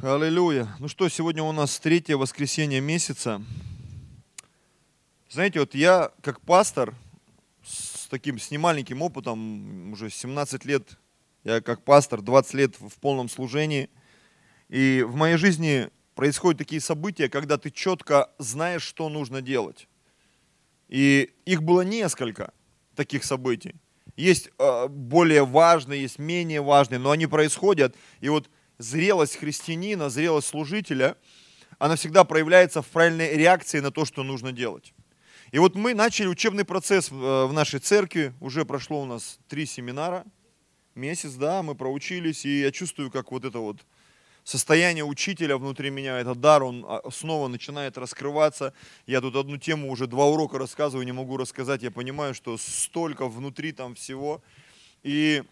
Аллилуйя. Ну что, сегодня у нас третье воскресенье месяца. Знаете, вот я как пастор с немаленьким опытом, уже 17 лет, я как пастор, 20 лет в полном служении. И в моей жизни происходят такие события, когда ты четко знаешь, что нужно делать. И их было несколько таких событий. Есть более важные, есть менее важные, но они происходят. И вот зрелость христианина, зрелость служителя, она всегда проявляется в правильной реакции на то, что нужно делать. И вот мы начали учебный процесс в нашей церкви, уже прошло у нас 3 семинара, месяц, да, мы проучились, и я чувствую, как вот это вот состояние учителя внутри меня, этот дар, он снова начинает раскрываться. Я тут одну тему уже 2 урока рассказываю, не могу рассказать, я понимаю, что столько внутри там всего. И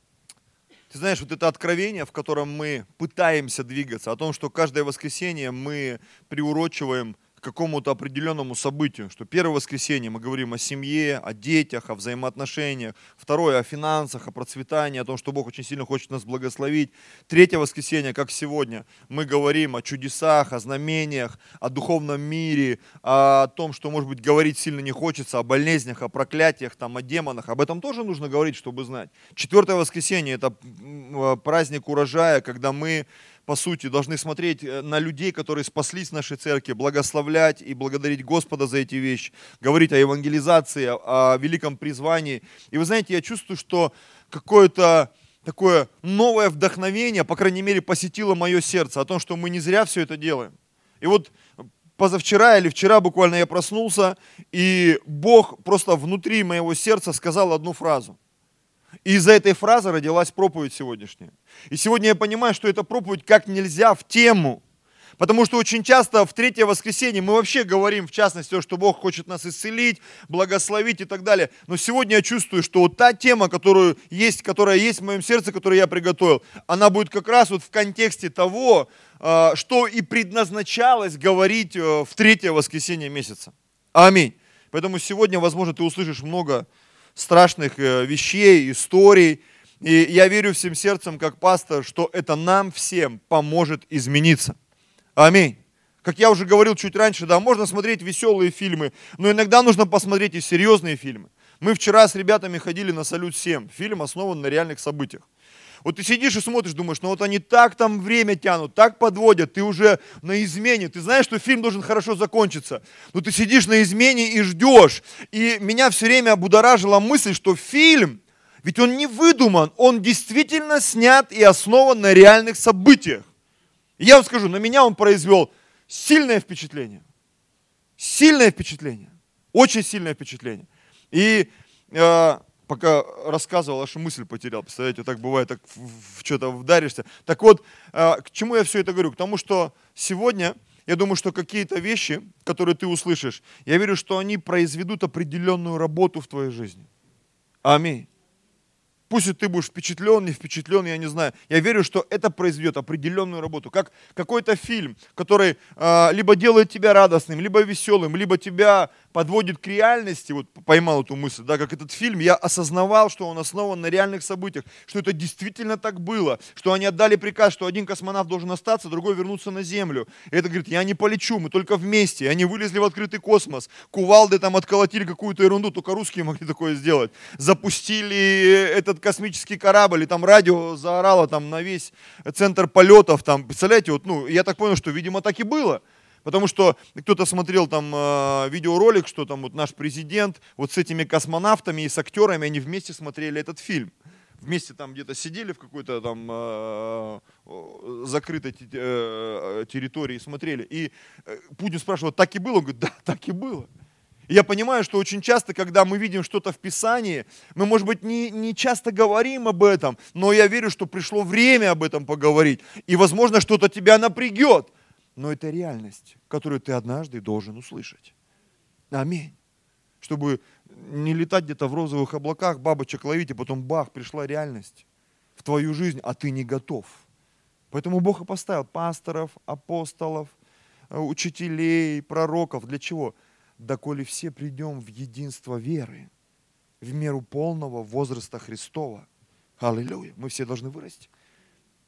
ты знаешь, вот это откровение, в котором мы пытаемся двигаться, о том, что каждое воскресенье мы приурочиваем к какому-то определенному событию, что первое воскресенье мы говорим о семье, о детях, о взаимоотношениях, второе о финансах, о процветании, о том, что Бог очень сильно хочет нас благословить. Третье воскресенье, как сегодня, мы говорим о чудесах, о знамениях, о духовном мире, о том, что, может быть, говорить сильно не хочется, о болезнях, о проклятиях, там, о демонах. Об этом тоже нужно говорить, чтобы знать. Четвертое воскресенье – это праздник урожая, когда мы, по сути, должны смотреть на людей, которые спаслись в нашей церкви, благословлять и благодарить Господа за эти вещи, говорить о евангелизации, о великом призвании. И вы знаете, я чувствую, что какое-то такое новое вдохновение, по крайней мере, посетило мое сердце, о том, что мы не зря все это делаем. И вот позавчера или вчера буквально я проснулся, и Бог просто внутри моего сердца сказал одну фразу. И из-за этой фразы родилась проповедь сегодняшняя. И сегодня я понимаю, что эта проповедь как нельзя в тему. Потому что очень часто в третье воскресенье мы вообще говорим, в частности, что Бог хочет нас исцелить, благословить и так далее. Но сегодня я чувствую, что вот та тема, которая есть в моем сердце, которую я приготовил, она будет как раз вот в контексте того, что и предназначалось говорить в третье воскресенье месяца. Аминь. Поэтому сегодня, возможно, ты услышишь много страшных вещей, историй. И я верю всем сердцем, как пастор, что это нам всем поможет измениться. Аминь. Как я уже говорил чуть раньше, да, можно смотреть веселые фильмы, но иногда нужно посмотреть и серьезные фильмы. Мы вчера с ребятами ходили на «Салют-7». Фильм основан на реальных событиях. Вот ты сидишь и смотришь, думаешь, ну вот они так там время тянут, так подводят, ты уже на измене, ты знаешь, что фильм должен хорошо закончиться, но ты сидишь на измене и ждешь. И меня все время будоражила мысль, что фильм, ведь он не выдуман, он действительно снят и основан на реальных событиях. И я вам скажу, на меня он произвел сильное впечатление, очень сильное впечатление. И пока рассказывал, аж мысль потерял. Представляете, так бывает, так в что-то вдаришься. Так вот, к чему я все это говорю? К тому, что сегодня, я думаю, что какие-то вещи, которые ты услышишь, я верю, что они произведут определенную работу в твоей жизни. Аминь. Пусть и ты будешь впечатлен, не впечатлен, я не знаю. Я верю, что это произведет определенную работу. Как какой-то фильм, который либо делает тебя радостным, либо веселым, либо тебя подводит к реальности. Вот поймал эту мысль, да, как этот фильм. Я осознавал, что он основан на реальных событиях, что это действительно так было, что они отдали приказ, что один космонавт должен остаться, другой вернуться на Землю. И это говорит, я не полечу, мы только вместе. И они вылезли в открытый космос, кувалды там отколотили какую-то ерунду, только русские могли такое сделать. Запустили этот космический корабль, и там радио заорало там на весь центр полетов, там, представляете, вот, ну, я так понял, что, видимо, так и было. Потому что кто-то смотрел там видеоролик, что там вот наш президент вот с этими космонавтами и с актерами, они вместе смотрели этот фильм. Вместе там где-то сидели в какой-то там закрытой территории и смотрели. И Путин спрашивал, так и было? Он говорит, да, так и было. И я понимаю, что очень часто, когда мы видим что-то в Писании, мы, может быть, не часто говорим об этом, но я верю, что пришло время об этом поговорить. И, возможно, что-то тебя напрягет. Но это реальность, которую ты однажды должен услышать. Аминь. Чтобы не летать где-то в розовых облаках, бабочек ловить, и потом бах, пришла реальность в твою жизнь, а ты не готов. Поэтому Бог и поставил пасторов, апостолов, учителей, пророков. Для чего? Доколе все придем в единство веры, в меру полного возраста Христова. Аллилуйя. Мы все должны вырасти.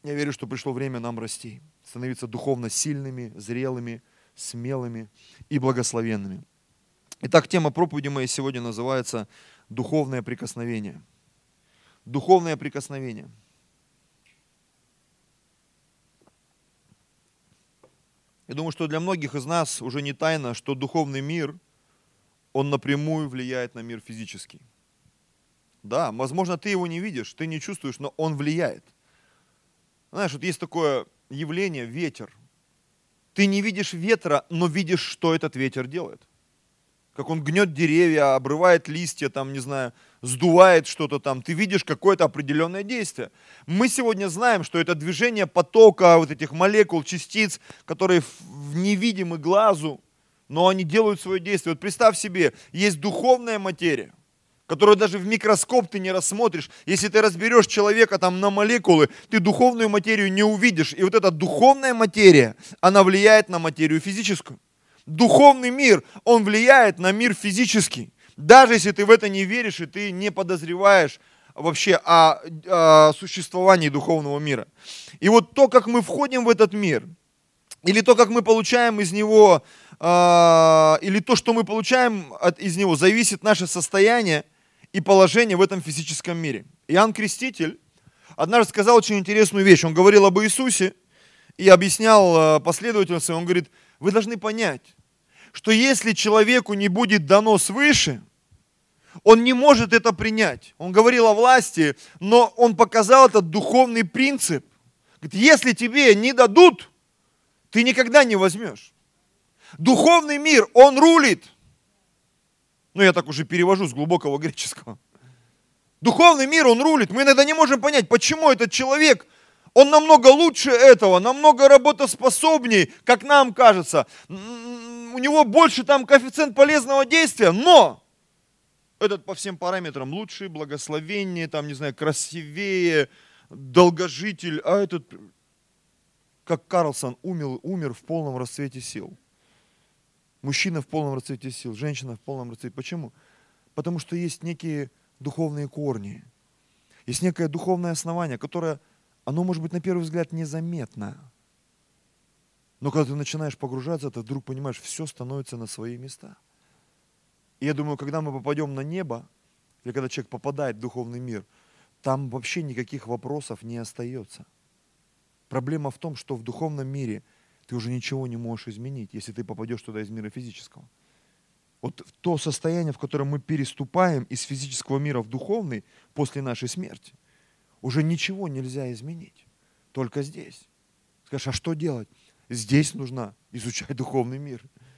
Я верю, что пришло время нам расти, становиться духовно сильными, зрелыми, смелыми и благословенными. Итак, тема проповеди моей сегодня называется «Духовное прикосновение». Духовное прикосновение. Я думаю, что для многих из нас уже не тайна, что духовный мир, он напрямую влияет на мир физический. Да, возможно, ты его не видишь, ты не чувствуешь, но он влияет. Знаешь, вот есть такое явление – ветер. Ты не видишь ветра, но видишь, что этот ветер делает. Как он гнет деревья, обрывает листья, там, не знаю, сдувает что-то там. Ты видишь какое-то определенное действие. Мы сегодня знаем, что это движение потока вот этих молекул, частиц, которые невидимы глазу, но они делают свое действие. Вот представь себе, есть духовная материя, которую даже в микроскоп ты не рассмотришь. Если ты разберешь человека там на молекулы, ты духовную материю не увидишь. И вот эта духовная материя, она влияет на материю физическую. Духовный мир, он влияет на мир физический. Даже если ты в это не веришь и ты не подозреваешь вообще о существовании духовного мира. И вот то, как мы входим в этот мир, или то, как мы получаем из него, или то, что мы получаем из него, зависит наше состояние и положение в этом физическом мире. Иоанн Креститель однажды сказал очень интересную вещь. Он говорил об Иисусе и объяснял последовательностям. Он говорит: вы должны понять, что если человеку не будет дано свыше, он не может это принять. Он говорил о власти, но он показал этот духовный принцип. Говорит, если тебе не дадут, ты никогда не возьмешь. Духовный мир, он рулит. Ну, я так уже перевожу с глубокого греческого. Духовный мир, он рулит. Мы иногда не можем понять, почему этот человек, он намного лучше этого, намного работоспособнее, как нам кажется. У него больше там коэффициент полезного действия, но этот по всем параметрам лучше, благословение, там, не знаю, красивее, долгожитель, а этот, как Карлсон, умер в полном расцвете сил. Мужчина в полном расцвете сил, женщина в полном расцвете. Почему? Потому что есть некие духовные корни, есть некое духовное основание, которое, оно может быть на первый взгляд незаметно. Но когда ты начинаешь погружаться, ты вдруг понимаешь, все становится на свои места. И я думаю, когда мы попадем на небо, или когда человек попадает в духовный мир, там вообще никаких вопросов не остается. Проблема в том, что в духовном мире ты уже ничего не можешь изменить, если ты попадешь туда из мира физического. Вот то состояние, в котором мы переступаем из физического мира в духовный после нашей смерти, уже ничего нельзя изменить, только здесь. Скажешь, а что делать? Здесь нужно изучать духовный мир.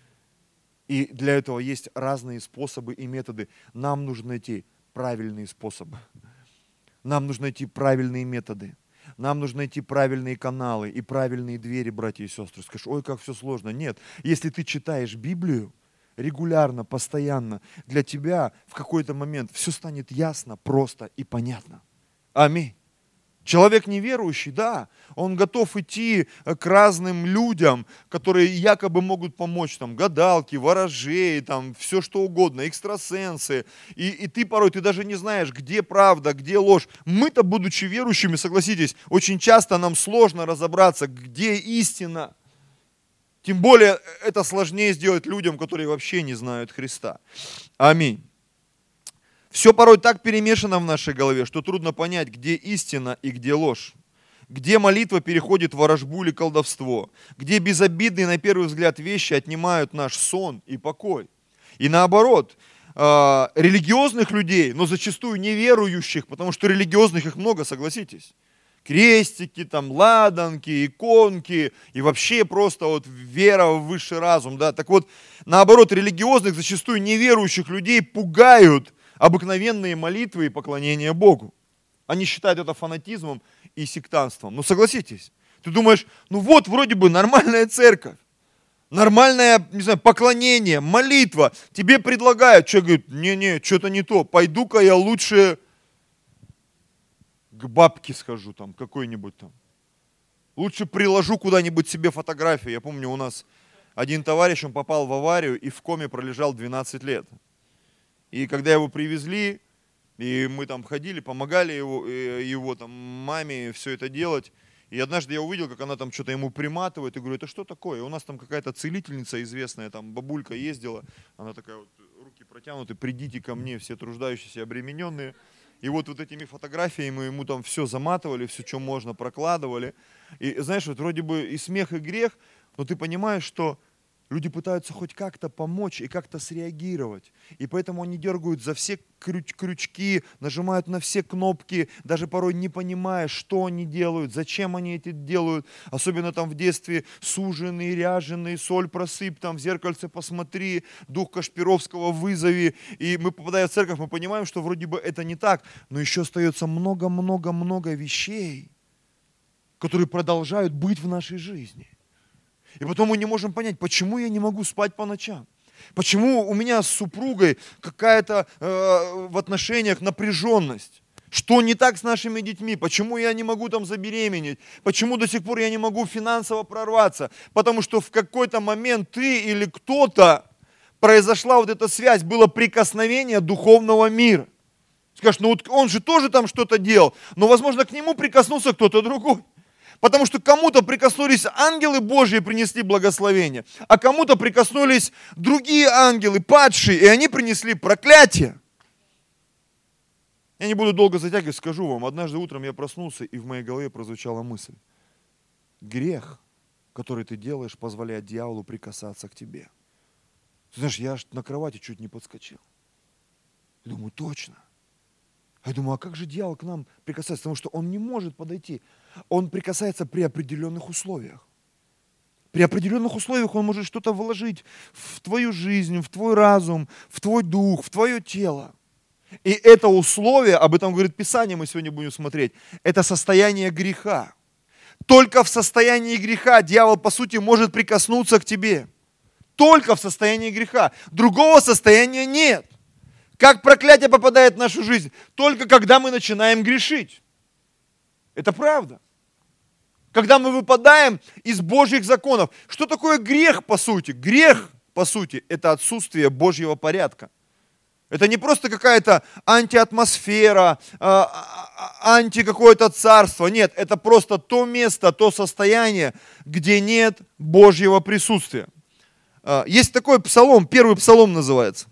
И для этого есть разные способы и методы. Нам нужно найти правильные способы. Нам нужно найти правильные методы. Нам нужно найти правильные каналы и правильные двери, братья и сестры. Скажешь, ой, как все сложно. Нет, если ты читаешь Библию регулярно, постоянно, для тебя в какой-то момент все станет ясно, просто и понятно. Аминь. Человек неверующий, да, он готов идти к разным людям, которые якобы могут помочь, там, гадалки, ворожеи, там, все что угодно, экстрасенсы. И ты порой, ты даже не знаешь, где правда, где ложь. Мы-то, будучи верующими, согласитесь, очень часто нам сложно разобраться, где истина. Тем более, это сложнее сделать людям, которые вообще не знают Христа. Аминь. Все порой так перемешано в нашей голове, что трудно понять, где истина и где ложь. Где молитва переходит в ворожбу или колдовство. Где безобидные, на первый взгляд, вещи отнимают наш сон и покой. И наоборот, религиозных людей, но зачастую неверующих, потому что религиозных их много, согласитесь. Крестики, там, ладанки, иконки и вообще просто вот вера в высший разум. Да? Так вот, наоборот, религиозных, зачастую неверующих людей пугают обыкновенные молитвы и поклонение Богу. Они считают это фанатизмом и сектантством. Ну согласитесь, ты думаешь, ну вот вроде бы нормальная церковь, нормальное, не знаю, поклонение, молитва. Тебе предлагают, человек говорит, не-не, что-то не то, пойду-ка я лучше к бабке схожу там, какой-нибудь там. Лучше приложу куда-нибудь себе фотографию. Я помню, у нас один товарищ, он попал в аварию и в коме пролежал 12 лет. И когда его привезли, и мы там ходили, помогали его там, маме все это делать, И однажды я увидел, как она там что-то ему приматывает, и говорю, это что такое? У нас там какая-то целительница известная, там бабулька ездила, она такая вот, руки протянуты, придите ко мне, все труждающиеся, обремененные. И вот этими фотографиями ему там все заматывали, все, что можно, прокладывали. И знаешь, вот вроде бы и смех, и грех, но ты понимаешь, что люди пытаются хоть как-то помочь и как-то среагировать. И поэтому они дергают за все крючки, нажимают на все кнопки, даже порой не понимая, что они делают, зачем они это делают. Особенно там в детстве суженый, ряженый, соль просыпь, там в зеркальце посмотри, дух Кашпировского вызови. И мы, попадая в церковь, мы понимаем, что вроде бы это не так, но еще остается много-много-много вещей, которые продолжают быть в нашей жизни. И потом мы не можем понять, почему я не могу спать по ночам. Почему у меня с супругой какая-то в отношениях напряженность. Что не так с нашими детьми? Почему я не могу там забеременеть? Почему до сих пор я не могу финансово прорваться? Потому что в какой-то момент ты или кто-то, произошла вот эта связь, было прикосновение духовного мира. Скажешь, ну вот он же тоже там что-то делал, но возможно к нему прикоснулся кто-то другой. Потому что кому-то прикоснулись ангелы Божьи и принесли благословение, а кому-то прикоснулись другие ангелы, падшие, и они принесли проклятие. Я не буду долго затягивать, скажу вам. Однажды утром я проснулся, и в моей голове прозвучала мысль. Грех, который ты делаешь, позволяет дьяволу прикасаться к тебе. Ты знаешь, я аж на кровати чуть не подскочил. Я думаю, точно. Я думаю, а как же дьявол к нам прикасается? Потому что он не может подойти. Он прикасается при определенных условиях. При определенных условиях он может что-то вложить в твою жизнь, в твой разум, в твой дух, в твое тело. И это условие, об этом говорит Писание, мы сегодня будем смотреть, это состояние греха. Только в состоянии греха дьявол, по сути, может прикоснуться к тебе. Только в состоянии греха. Другого состояния нет. Как проклятие попадает в нашу жизнь? Только когда мы начинаем грешить. Это правда. Когда мы выпадаем из Божьих законов. Что такое грех, по сути? Грех, по сути, это отсутствие Божьего порядка. Это не просто какая-то антиатмосфера, анти какое-то царство. Нет, это просто то место, то состояние, где нет Божьего присутствия. Есть такой псалом, первый псалом называется.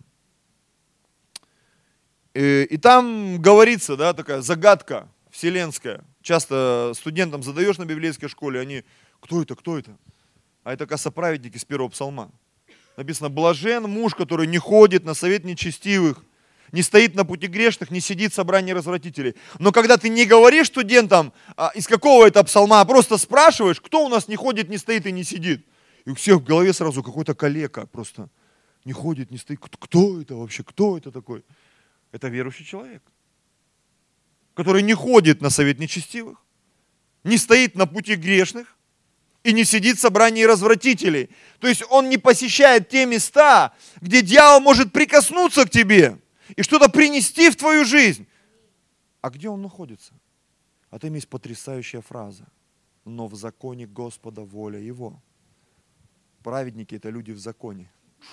И там говорится, да, такая загадка вселенская. Часто студентам задаешь на библейской школе, они, кто это? А это, оказывается, праведник из первого псалма. Написано, блажен муж, который не ходит на совет нечестивых, не стоит на пути грешных, не сидит в собрании развратителей. Но когда ты не говоришь студентам, из какого это псалма, а просто спрашиваешь, кто у нас не ходит, не стоит и не сидит. И у всех в голове сразу какой-то калека просто не ходит, не стоит. Кто это вообще? Кто это такой? Это верующий человек, который не ходит на совет нечестивых, не стоит на пути грешных и не сидит в собрании развратителей. То есть он не посещает те места, где дьявол может прикоснуться к тебе и что-то принести в твою жизнь. А где он находится? А там есть потрясающая фраза. Но в законе Господа воля Его. Праведники – это люди в законе.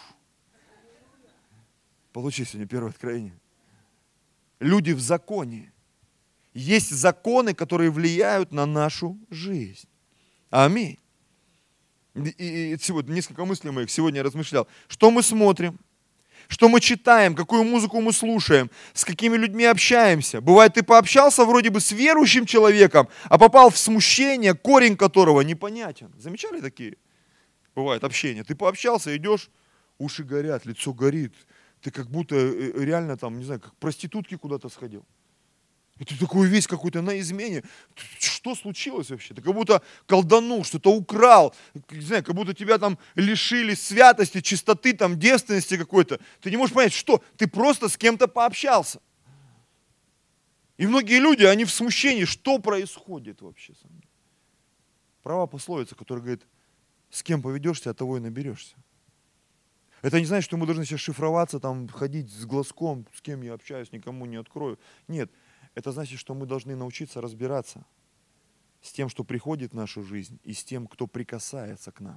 Получи сегодня первое откровение. Люди в законе. Есть законы, которые влияют на нашу жизнь. Аминь. И сегодня несколько мыслей моих сегодня я размышлял. Что мы смотрим? Что мы читаем? Какую музыку мы слушаем? С какими людьми общаемся? Бывает, ты пообщался вроде бы с верующим человеком, а попал в смущение, корень которого непонятен. Замечали такие? Бывает общение. Ты пообщался, идешь, уши горят, лицо горит. Ты как будто реально там, не знаю, как проститутки куда-то сходил. И ты такой весь какой-то на измене. Что случилось вообще? Ты как будто колданул, что-то украл. Не знаю, как будто тебя там лишили святости, чистоты, там, девственности какой-то. Ты не можешь понять, что? Ты просто с кем-то пообщался. И многие люди, они в смущении. Что происходит вообще со мной? Права пословица, которая говорит, с кем поведешься, от того и наберешься. Это не значит, что мы должны сейчас шифроваться, там, ходить с глазком, с кем я общаюсь, никому не открою. Нет, это значит, что мы должны научиться разбираться с тем, что приходит в нашу жизнь, и с тем, кто прикасается к нам.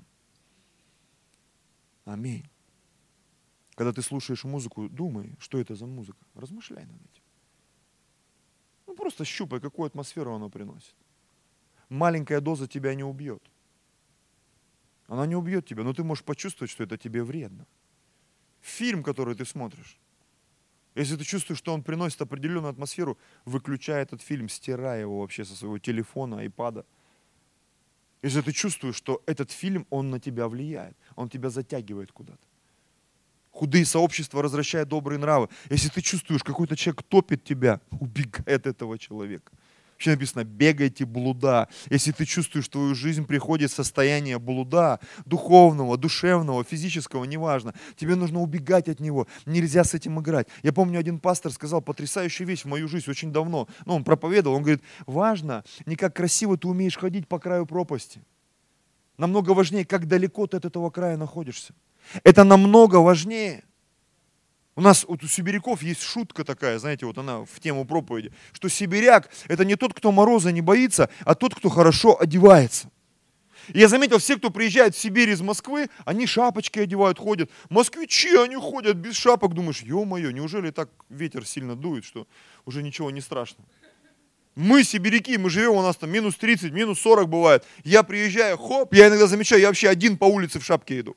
Аминь. Когда ты слушаешь музыку, думай, что это за музыка. Размышляй над этим. Ну, просто щупай, какую атмосферу она приносит. маленькая доза тебя не убьет. Она не убьет тебя, но ты можешь почувствовать, что это тебе вредно. Фильм, который ты смотришь, если ты чувствуешь, что он приносит определенную атмосферу, выключай этот фильм, стирай его вообще со своего телефона, айпада. Если ты чувствуешь, что этот фильм, он на тебя влияет, он тебя затягивает куда-то. Худые сообщества развращают добрые нравы. Если ты чувствуешь, какой-то человек топит тебя, убегай от этого человека. Вообще написано, бегайте блуда. Если ты чувствуешь, что в твою жизнь приходит состояние блуда, духовного, душевного, физического, неважно, тебе нужно убегать от него. Нельзя с этим играть. Я помню, один пастор сказал потрясающую вещь в мою жизнь очень давно. Он проповедовал, он говорит, важно не как красиво ты умеешь ходить по краю пропасти. Намного важнее, как далеко ты от этого края находишься. Это намного важнее. У нас вот у сибиряков есть шутка такая, знаете, вот она в тему проповеди, что сибиряк это не тот, кто мороза не боится, а тот, кто хорошо одевается. И я заметил, все, кто приезжает в Сибирь из Москвы, они шапочки одевают, ходят. Москвичи, они ходят без шапок. Думаешь, ё-моё, неужели так ветер сильно дует, что уже ничего не страшно? Мы, сибиряки, мы живем, у нас там минус 30, минус 40 бывает. Я приезжаю, хоп, я иногда замечаю, я вообще один по улице в шапке иду.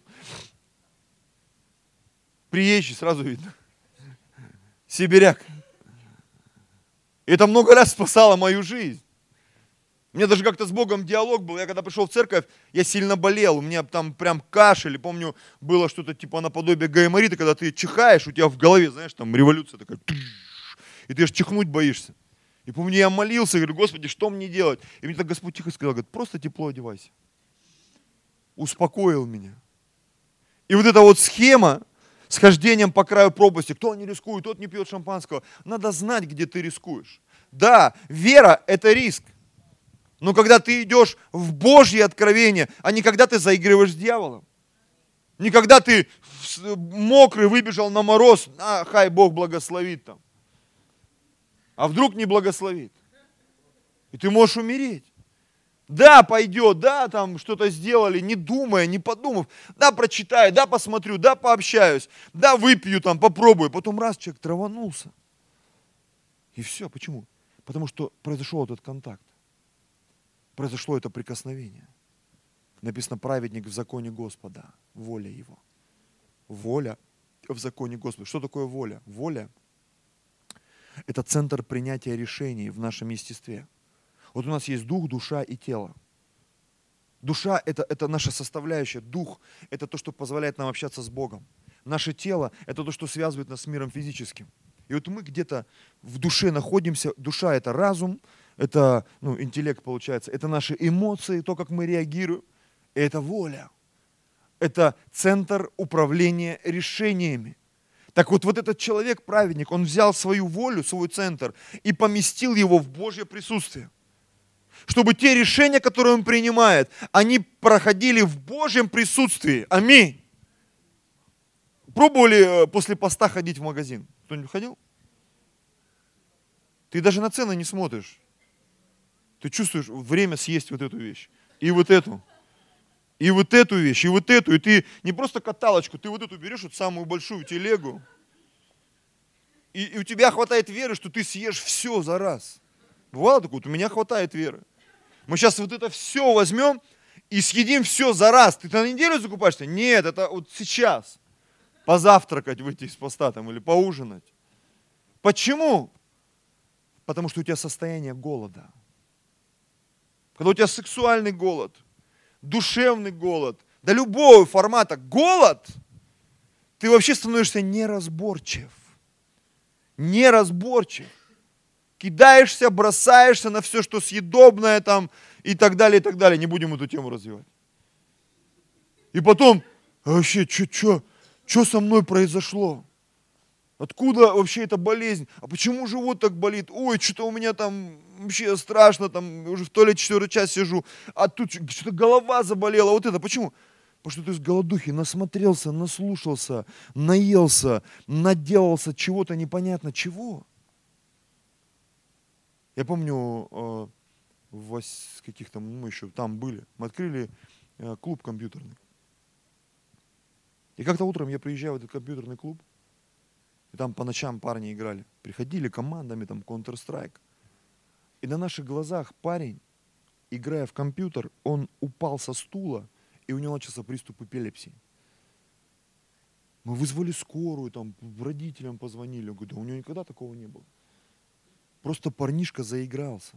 Приезжий, сразу видно. Сибиряк. Это много раз спасало мою жизнь. У меня даже как-то с Богом диалог был. Я когда пришел в церковь, я сильно болел. У меня там прям кашель. И помню, было что-то типа наподобие гайморита, когда ты чихаешь, у тебя в голове, знаешь, там революция такая. И ты аж чихнуть боишься. И помню, я молился, говорю, Господи, что мне делать? И мне так Господь тихо сказал, говорит, просто тепло одевайся. Успокоил меня. И вот эта вот схема, с хождением по краю пропасти. Кто не рискует, тот не пьет шампанского. Надо знать, где ты рискуешь. Да, вера – это риск. Но когда ты идешь в Божье откровение, а не когда ты заигрываешь с дьяволом. Не когда ты мокрый выбежал на мороз, хай Бог благословит там. А вдруг не благословит. И ты можешь умереть. Да, пойдет, да, там что-то сделали, не думая, не подумав. Да, прочитаю, да, посмотрю, да, пообщаюсь, да, выпью там, попробую. Потом раз человек траванулся. И все. Почему? Потому что произошел этот контакт. Произошло это прикосновение. Написано, праведник в законе Господа, воля его. Воля в законе Господа. Что такое воля? Воля – это центр принятия решений в нашем естестве. Вот у нас есть дух, душа и тело. Душа – это наша составляющая. Дух – это то, что позволяет нам общаться с Богом. Наше тело – это то, что связывает нас с миром физическим. И вот мы где-то в душе находимся. Душа – это разум, это интеллект получается, это наши эмоции, то, как мы реагируем. И это воля. Это центр управления решениями. Так вот этот человек, праведник, он взял свою волю, свой центр и поместил его в Божье присутствие. Чтобы те решения, которые он принимает, они проходили в Божьем присутствии. Аминь. Пробовали после поста ходить в магазин? Кто-нибудь ходил? Ты даже на цены не смотришь. Ты чувствуешь время съесть вот эту вещь. И вот эту. И вот эту вещь, и вот эту. И ты не просто каталочку, ты вот эту берешь, вот самую большую телегу. И у тебя хватает веры, что ты съешь все за раз. Бывало такое? Вот у меня хватает веры. Мы сейчас вот это все возьмем и съедим все за раз. Ты на неделю закупаешься? Нет, это вот сейчас. Позавтракать, выйти из поста там или поужинать. Почему? Потому что у тебя состояние голода. Когда у тебя сексуальный голод, душевный голод, да любого формата голод, ты вообще становишься неразборчив. Неразборчив. Кидаешься, бросаешься на все, что съедобное там и так далее, и так далее. Не будем эту тему развивать. И потом, вообще, что со мной произошло? Откуда вообще эта болезнь? А почему живот так болит? Ой, что-то у меня там вообще страшно, там уже в туалете 4 час сижу, а тут что-то голова заболела. Вот это почему? Потому что ты с голодухи насмотрелся, наслушался, наелся, наделался чего-то непонятно чего. Я помню, в каких-то, мы еще там были, мы открыли клуб компьютерный. И как-то утром я приезжаю в этот компьютерный клуб, и там по ночам парни играли. Приходили командами, там Counter-Strike. И на наших глазах парень играя в компьютер, он упал со стула, и у него начался приступ эпилепсии. Мы вызвали скорую, там, родителям позвонили. Он говорит, да у него никогда такого не было. Просто парнишка заигрался.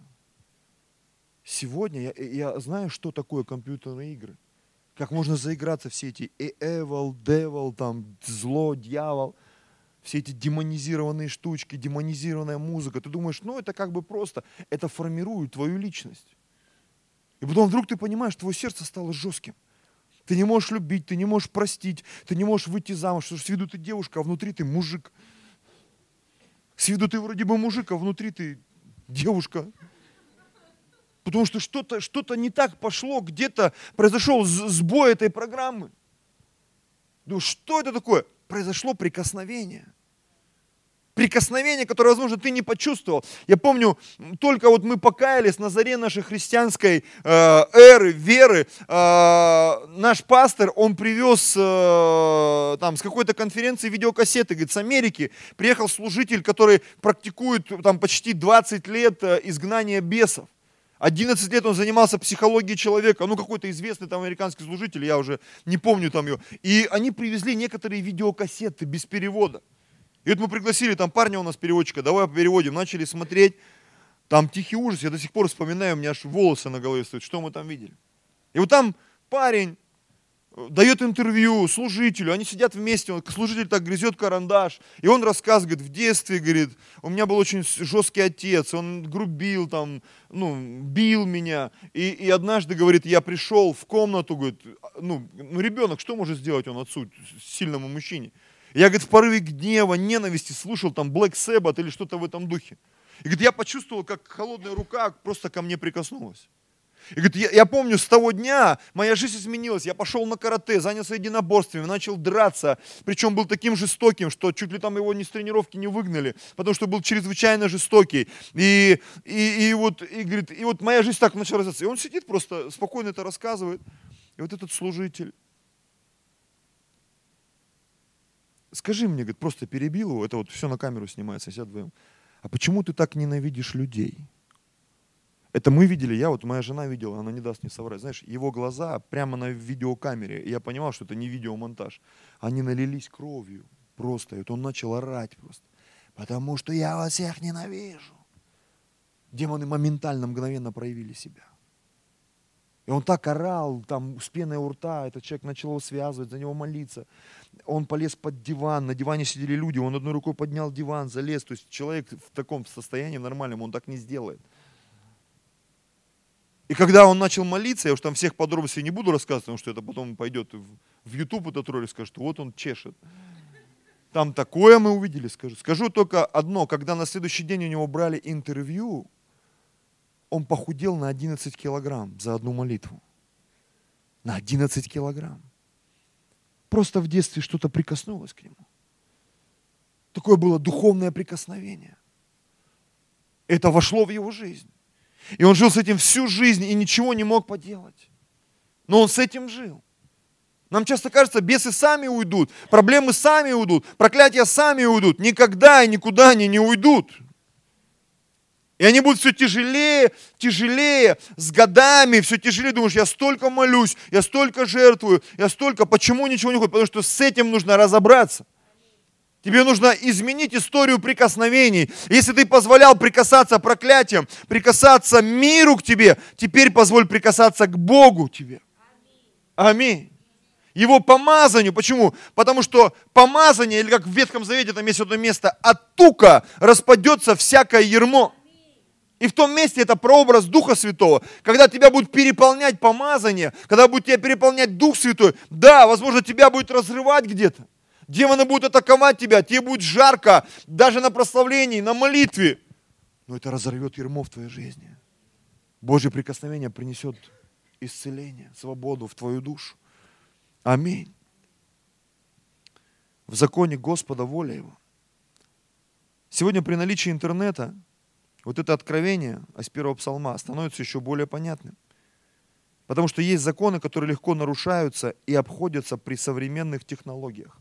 Сегодня я знаю, что такое компьютерные игры. Как можно заиграться все эти evil, devil, там, зло, дьявол. Все эти демонизированные штучки, демонизированная музыка. Ты думаешь, ну это как бы просто. Это формирует твою личность. И потом вдруг ты понимаешь, твое сердце стало жестким. Ты не можешь любить, ты не можешь простить, ты не можешь выйти замуж. Потому что с виду ты девушка, а внутри ты мужик. С виду ты вроде бы мужик, а внутри ты девушка. Потому что что-то не так пошло, где-то произошел сбой этой программы. Думаю, что это такое? Произошло прикосновение. Прикосновение, которое, возможно, ты не почувствовал. Я помню, только вот мы покаялись на заре нашей христианской эры, веры, наш пастор, он привез там, с какой-то конференции видеокассеты, говорит, с Америки. Приехал служитель, который практикует там, почти 20 лет изгнания бесов. 11 лет он занимался психологией человека, ну какой-то известный там американский служитель, я уже не помню там его. И они привезли некоторые видеокассеты без перевода. И вот мы пригласили там парня у нас переводчика, давай переводим, начали смотреть. Там тихий ужас, я до сих пор вспоминаю, у меня аж волосы на голове стоят, что мы там видели. И вот там парень дает интервью служителю, они сидят вместе, служитель так грызет карандаш, и он рассказывает, говорит, в детстве, говорит, у меня был очень жесткий отец, он грубил, там, ну, бил меня, и однажды, говорит, я пришел в комнату, говорит, ну ребенок, что может сделать он отцу, сильному мужчине? Я, говорит, в порыве гнева, ненависти слушал там Black Sabbath или что-то в этом духе. И, говорит, я почувствовал, как холодная рука просто ко мне прикоснулась. И, говорит, я помню, с того дня моя жизнь изменилась. Я пошел на карате, занялся единоборствами, начал драться. Причем был таким жестоким, что чуть ли там его ни с тренировки не выгнали, потому что был чрезвычайно жестокий. И говорит, и вот моя жизнь так начала развиваться. И он сидит просто, спокойно это рассказывает. И вот этот служитель, скажи мне, говорит, просто перебил его, это вот все на камеру снимается, сидят вдвоем. А почему ты так ненавидишь людей? Это мы видели, моя жена видела, она не даст мне соврать. Знаешь, его глаза прямо на видеокамере, и я понимал, что это не видеомонтаж. Они налились кровью просто, и вот он начал орать просто. Потому что я вас всех ненавижу. Демоны моментально, мгновенно проявили себя. И он так орал, там с пеной у рта, этот человек начал его связывать, за него молиться. Он полез под диван, на диване сидели люди, он одной рукой поднял диван, залез. То есть человек в таком состоянии нормальном, он так не сделает. И когда он начал молиться, я уж там всех подробностей не буду рассказывать, потому что это потом пойдет в YouTube, этот ролик, скажет, вот он чешет. Там такое мы увидели, скажу. Скажу только одно, когда на следующий день у него брали интервью, он похудел на 11 килограмм за одну молитву. На 11 килограмм. Просто в детстве что-то прикоснулось к нему. Такое было духовное прикосновение. Это вошло в его жизнь. И он жил с этим всю жизнь и ничего не мог поделать. Но он с этим жил. Нам часто кажется, бесы сами уйдут, проблемы сами уйдут, проклятия сами уйдут. Никогда и никуда они не уйдут. И они будут все тяжелее, тяжелее, с годами все тяжелее. Думаешь, я столько молюсь, я столько жертвую, я столько. Почему ничего не уходит? Потому что с этим нужно разобраться. Тебе нужно изменить историю прикосновений. Если ты позволял прикасаться проклятиям, прикасаться миру к тебе, теперь позволь прикасаться к Богу тебе. Аминь. Его помазанию. Почему? Потому что помазание, или как в Ветхом Завете, там есть одно место, от тука распадется всякое ярмо. И в том месте это прообраз Духа Святого. Когда тебя будет переполнять помазание, когда будет тебя переполнять Дух Святой, да, возможно, тебя будет разрывать где-то. Демоны будут атаковать тебя, тебе будет жарко, даже на прославлении, на молитве. Но это разорвет ярмо в твоей жизни. Божье прикосновение принесет исцеление, свободу в твою душу. Аминь. В законе Господа воля Его. Сегодня при наличии интернета вот это откровение из первого псалма становится еще более понятным. Потому что есть законы, которые легко нарушаются и обходятся при современных технологиях.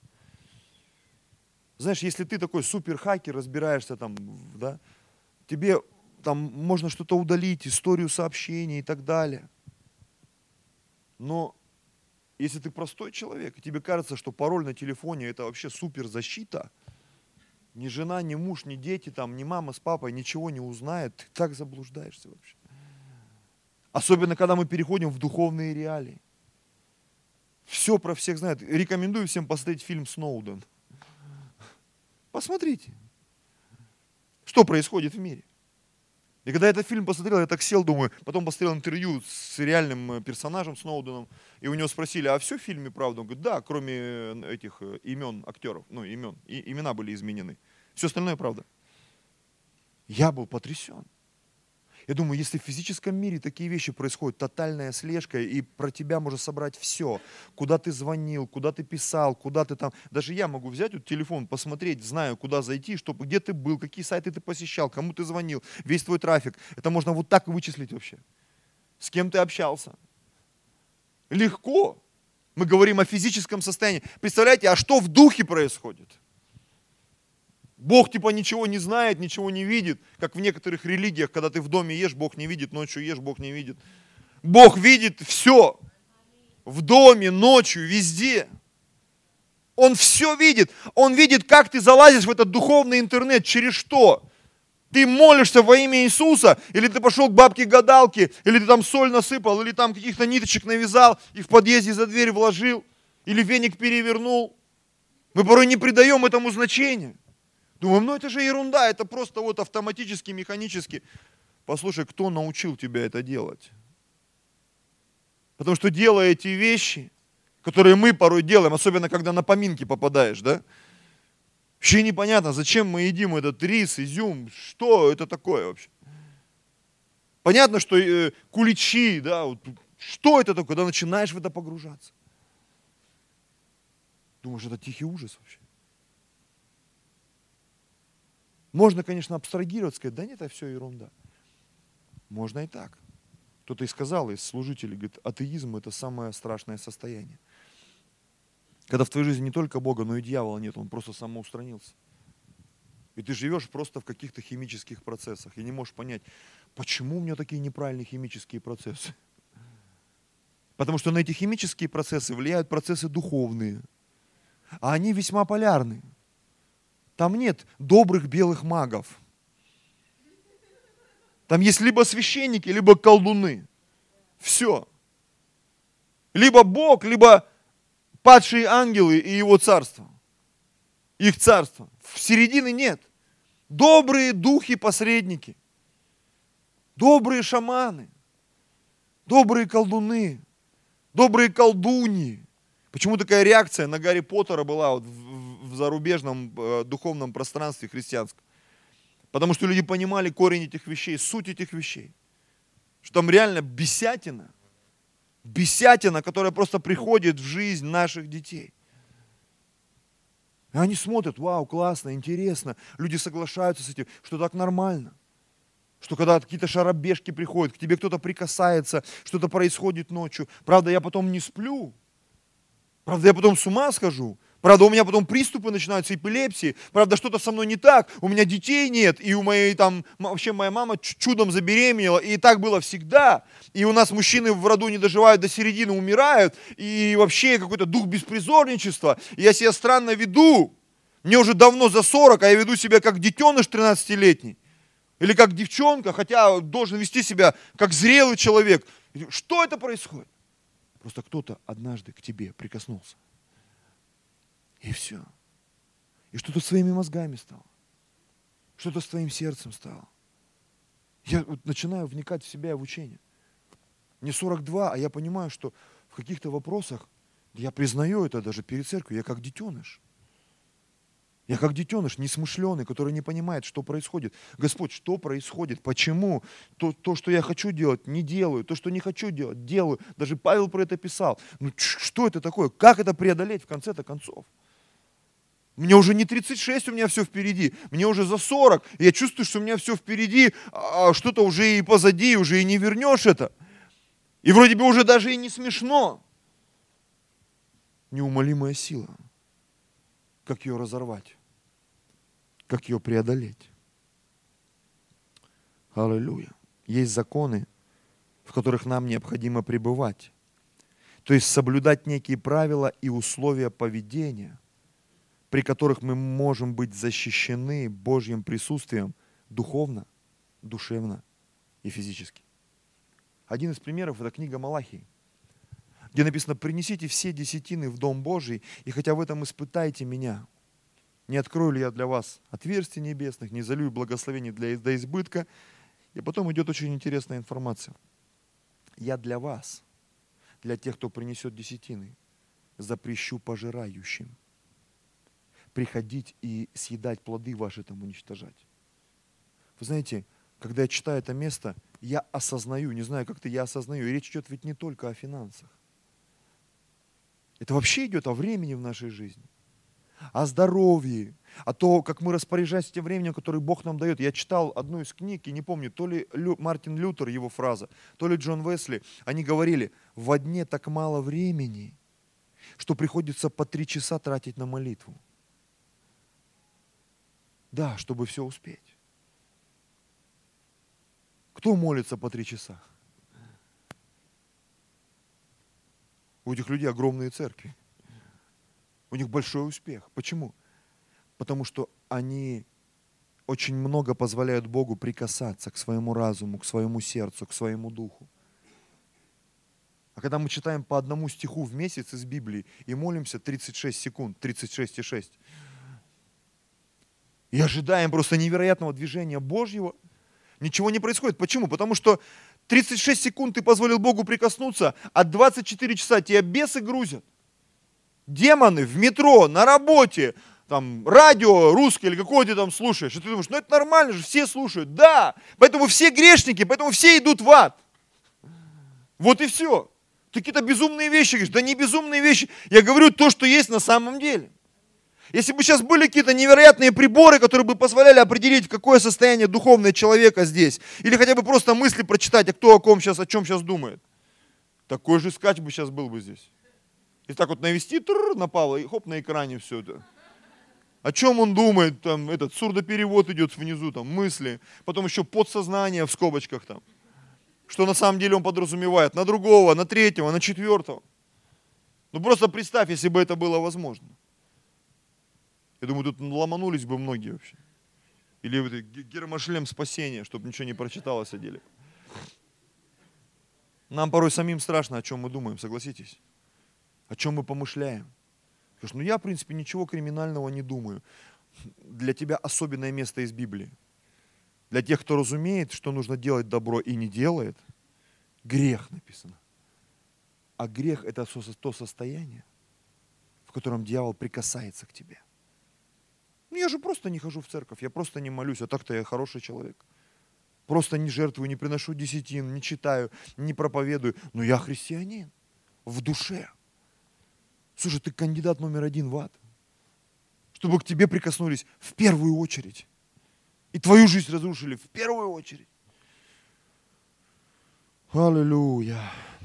Знаешь, если ты такой суперхакер, разбираешься там, да, тебе там можно что-то удалить, историю сообщений и так далее. Но если ты простой человек, и тебе кажется, что пароль на телефоне это вообще супер защита, ни жена, ни муж, ни дети, там, ни мама с папой ничего не узнают, ты так заблуждаешься вообще. Особенно, когда мы переходим в духовные реалии. Все про всех знают. Рекомендую всем посмотреть фильм «Сноуден». Посмотрите, что происходит в мире. И когда я этот фильм посмотрел, я так сел, думаю, потом посмотрел интервью с реальным персонажем Сноуденом, и у него спросили, а все в фильме правда? Он говорит, да, кроме этих имен актеров, ну, имен, имена были изменены. Все остальное правда. Я был потрясен. Я думаю, если в физическом мире такие вещи происходят, тотальная слежка, и про тебя можно собрать все, куда ты звонил, куда ты писал, куда ты там, даже я могу взять вот телефон, посмотреть, знаю, куда зайти, чтобы, где ты был, какие сайты ты посещал, кому ты звонил, весь твой трафик. Это можно вот так вычислить вообще. С кем ты общался. Легко. Мы говорим о физическом состоянии. Представляете, а что в духе происходит? Бог типа ничего не знает, ничего не видит, как в некоторых религиях, когда ты в доме ешь, Бог не видит, ночью ешь, Бог не видит. Бог видит все. В доме, ночью, везде. Он все видит. Он видит, как ты залазишь в этот духовный интернет, через что. Ты молишься во имя Иисуса, или ты пошел к бабке-гадалке, или ты там соль насыпал, или там каких-то ниточек навязал и в подъезде за дверь вложил, или веник перевернул. Мы порой не придаем этому значения. Думаем, ну это же ерунда, это просто вот автоматически, механически. Послушай, кто научил тебя это делать? Потому что делая эти вещи, которые мы порой делаем, особенно когда на поминки попадаешь, да? Вообще непонятно, зачем мы едим этот рис, изюм, что это такое вообще? Понятно, что куличи, да, вот, что это такое, когда начинаешь в это погружаться. Думаешь, это тихий ужас вообще. Можно, конечно, абстрагировать, сказать, да нет, это все ерунда. Можно и так. Кто-то и сказал из служителей, говорит, атеизм это самое страшное состояние. Когда в твоей жизни не только Бога, но и дьявола нет, он просто самоустранился. И ты живешь просто в каких-то химических процессах и не можешь понять, почему у меня такие неправильные химические процессы. Потому что на эти химические процессы влияют процессы духовные. А они весьма полярны. Там нет добрых белых магов. Там есть либо священники, либо колдуны. Все. Либо Бог, либо падшие ангелы и его царство. Их царство. В середины нет. Добрые духи-посредники. Добрые шаманы. Добрые колдуны. Добрые колдуньи. Почему такая реакция на Гарри Поттера была вот в зарубежном духовном пространстве христианском? Потому что люди понимали корень этих вещей, суть этих вещей. Что там реально бесятина. Бесятина, которая просто приходит в жизнь наших детей. И они смотрят, вау, классно, интересно. Люди соглашаются с этим, что так нормально. Что когда какие-то шарабешки приходят, к тебе кто-то прикасается, что-то происходит ночью. Правда, я потом не сплю. Правда, я потом с ума схожу. Правда, у меня потом приступы начинаются, эпилепсии. Правда, что-то со мной не так. У меня детей нет. И у моей там, вообще моя мама чудом забеременела. И так было всегда. И у нас мужчины в роду не доживают до середины, умирают. И вообще какой-то дух беспризорничества. И я себя странно веду. Мне уже давно за 40, а я веду себя как детеныш 13-летний. Или как девчонка, хотя должен вести себя как зрелый человек. Что это происходит? Просто кто-то однажды к тебе прикоснулся. И все. И что-то своими мозгами стало. Что-то с твоим сердцем стало. Я вот начинаю вникать в себя и в учение. Мне 42, а я понимаю, что в каких-то вопросах, я признаю это даже перед церковью, я как детеныш. Я как детеныш, несмышленый, который не понимает, что происходит. Господь, что происходит? Почему? То, что я хочу делать, не делаю. То, что не хочу делать, делаю. Даже Павел про это писал. Ну, что это такое? Как это преодолеть в конце-то концов? Мне уже не 36, у меня все впереди. Мне уже за 40. И я чувствую, что у меня все впереди, а что-то уже и позади, уже и не вернешь это. И вроде бы уже даже и не смешно. Неумолимая сила. Как ее разорвать? Как ее преодолеть? Аллилуйя. Есть законы, в которых нам необходимо пребывать. То есть соблюдать некие правила и условия поведения, при которых мы можем быть защищены Божьим присутствием духовно, душевно и физически. Один из примеров – это книга Малахии, где написано: «Принесите все десятины в Дом Божий, и хотя в этом испытайте меня, не открою ли я для вас отверстий небесных, не залью благословений до избытка». И потом идет очень интересная информация. «Я для вас, для тех, кто принесет десятины, запрещу пожирающим приходить и съедать плоды ваши, там уничтожать». Вы знаете, когда я читаю это место, я осознаю, не знаю, как я осознаю, и речь идет ведь не только о финансах. Это вообще идет о времени в нашей жизни, о здоровье, о том, как мы распоряжаемся тем временем, которое Бог нам дает. Я читал одну из книг, и не помню, то ли Мартин Лютер, его фраза, то ли Джон Уэсли, они говорили: во дне так мало времени, что приходится по 3 часа тратить на молитву. Да, чтобы все успеть. Кто молится по 3 часа? У этих людей огромные церкви. У них большой успех. Почему? Потому что они очень много позволяют Богу прикасаться к своему разуму, к своему сердцу, к своему духу. А когда мы читаем по одному стиху в месяц из Библии и молимся 36 секунд, 36,6, и ожидаем просто невероятного движения Божьего, ничего не происходит. Почему? Потому что 36 секунд ты позволил Богу прикоснуться, а 24 часа тебя бесы грузят. Демоны в метро, на работе, там, радио русское или какое ты там слушаешь. И ты думаешь, ну это нормально же, все слушают. Да, поэтому все грешники, поэтому все идут в ад. Вот и все. Ты какие-то безумные вещи говоришь. Да не безумные вещи. Я говорю то, что есть на самом деле. Если бы сейчас были какие-то невероятные приборы, которые бы позволяли определить, в какое состояние духовное человека здесь, или хотя бы просто мысли прочитать, а кто о ком сейчас, о чем сейчас думает, такой же скач бы сейчас был бы здесь. И так вот навести на Павла, и хоп, на экране все это. О чем он думает, там этот сурдоперевод идет внизу, там мысли, потом еще подсознание в скобочках там. Что на самом деле он подразумевает на другого, на третьего, на четвертого. Ну просто представь, если бы это было возможно. Я думаю, тут ломанулись бы многие вообще. Или вот гермошлем спасения, чтобы ничего не прочиталось о деле. Нам порой самим страшно, о чем мы думаем, согласитесь? О чем мы помышляем. Скажешь, ну я, в принципе, ничего криминального не думаю. Для тебя особенное место из Библии. Для тех, кто разумеет, что нужно делать добро и не делает, грех написано. А грех – это то состояние, в котором дьявол прикасается к тебе. Ну я же просто не хожу в церковь, я просто не молюсь, а так-то я хороший человек. Просто не жертвую, не приношу десятин, не читаю, не проповедую. Но я христианин в душе. Слушай, ты кандидат номер 1 в ад. Чтобы к тебе прикоснулись в первую очередь. И твою жизнь разрушили в первую очередь. Аллилуйя.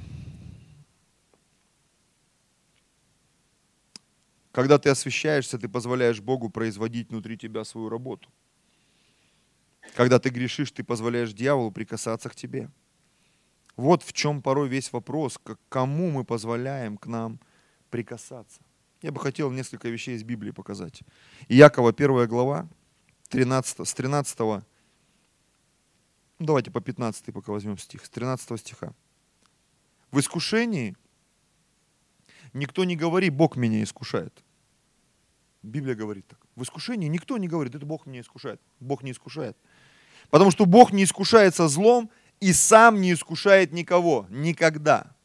Когда ты освящаешься, ты позволяешь Богу производить внутри тебя свою работу. Когда ты грешишь, ты позволяешь дьяволу прикасаться к тебе. Вот в чем порой весь вопрос, к кому мы позволяем к нам прикасаться. Я бы хотел несколько вещей из Библии показать. Иакова 1 глава, с 13, давайте по 15 пока возьмем стих, с 13 стиха. В искушении никто не говорит, Бог меня искушает. Библия говорит так. В искушении никто не говорит, это Бог меня искушает. Бог не искушает. Потому что Бог не искушается злом и сам не искушает никого. Никогда.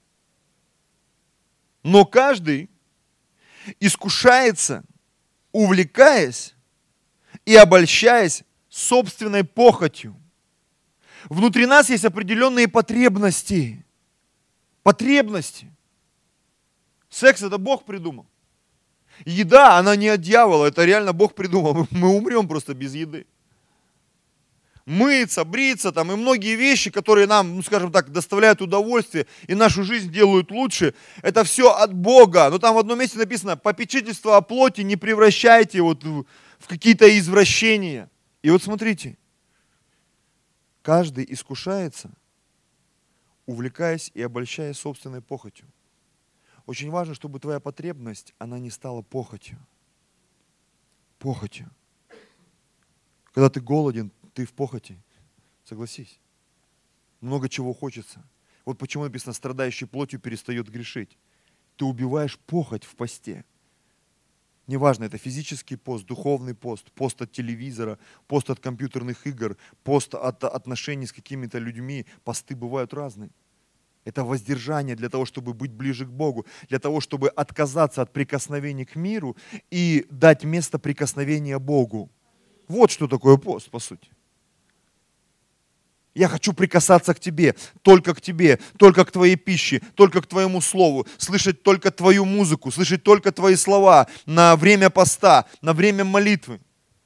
Но каждый искушается, увлекаясь и обольщаясь собственной похотью. Внутри нас есть определенные потребности. Потребности. Секс это Бог придумал. Еда, она не от дьявола, это реально Бог придумал. Мы умрем просто без еды. Мыться, бриться там, и многие вещи, которые нам, ну, скажем так, доставляют удовольствие и нашу жизнь делают лучше, это все от Бога. Но там в одном месте написано: попечительство о плоти не превращайте вот в какие-то извращения. И вот смотрите, Каждый искушается, увлекаясь и обольщаясь собственной похотью. Очень важно, чтобы твоя потребность, она не стала похотью. Похотью. Когда ты голоден, ты в похоти. Согласись. Много чего хочется. Вот почему написано, страдающий плотью перестает грешить. Ты убиваешь похоть в посте. Неважно, это физический пост, духовный пост, пост от телевизора, пост от компьютерных игр, пост от отношений с какими-то людьми. Посты бывают разные. Это воздержание для того, чтобы быть ближе к Богу, для того, чтобы отказаться от прикосновений к миру и дать место прикосновения Богу. Вот что такое пост, по сути. Я хочу прикасаться к тебе, только к твоей пище, только к твоему слову, слышать только твою музыку, слышать только твои слова на время поста, на время молитвы.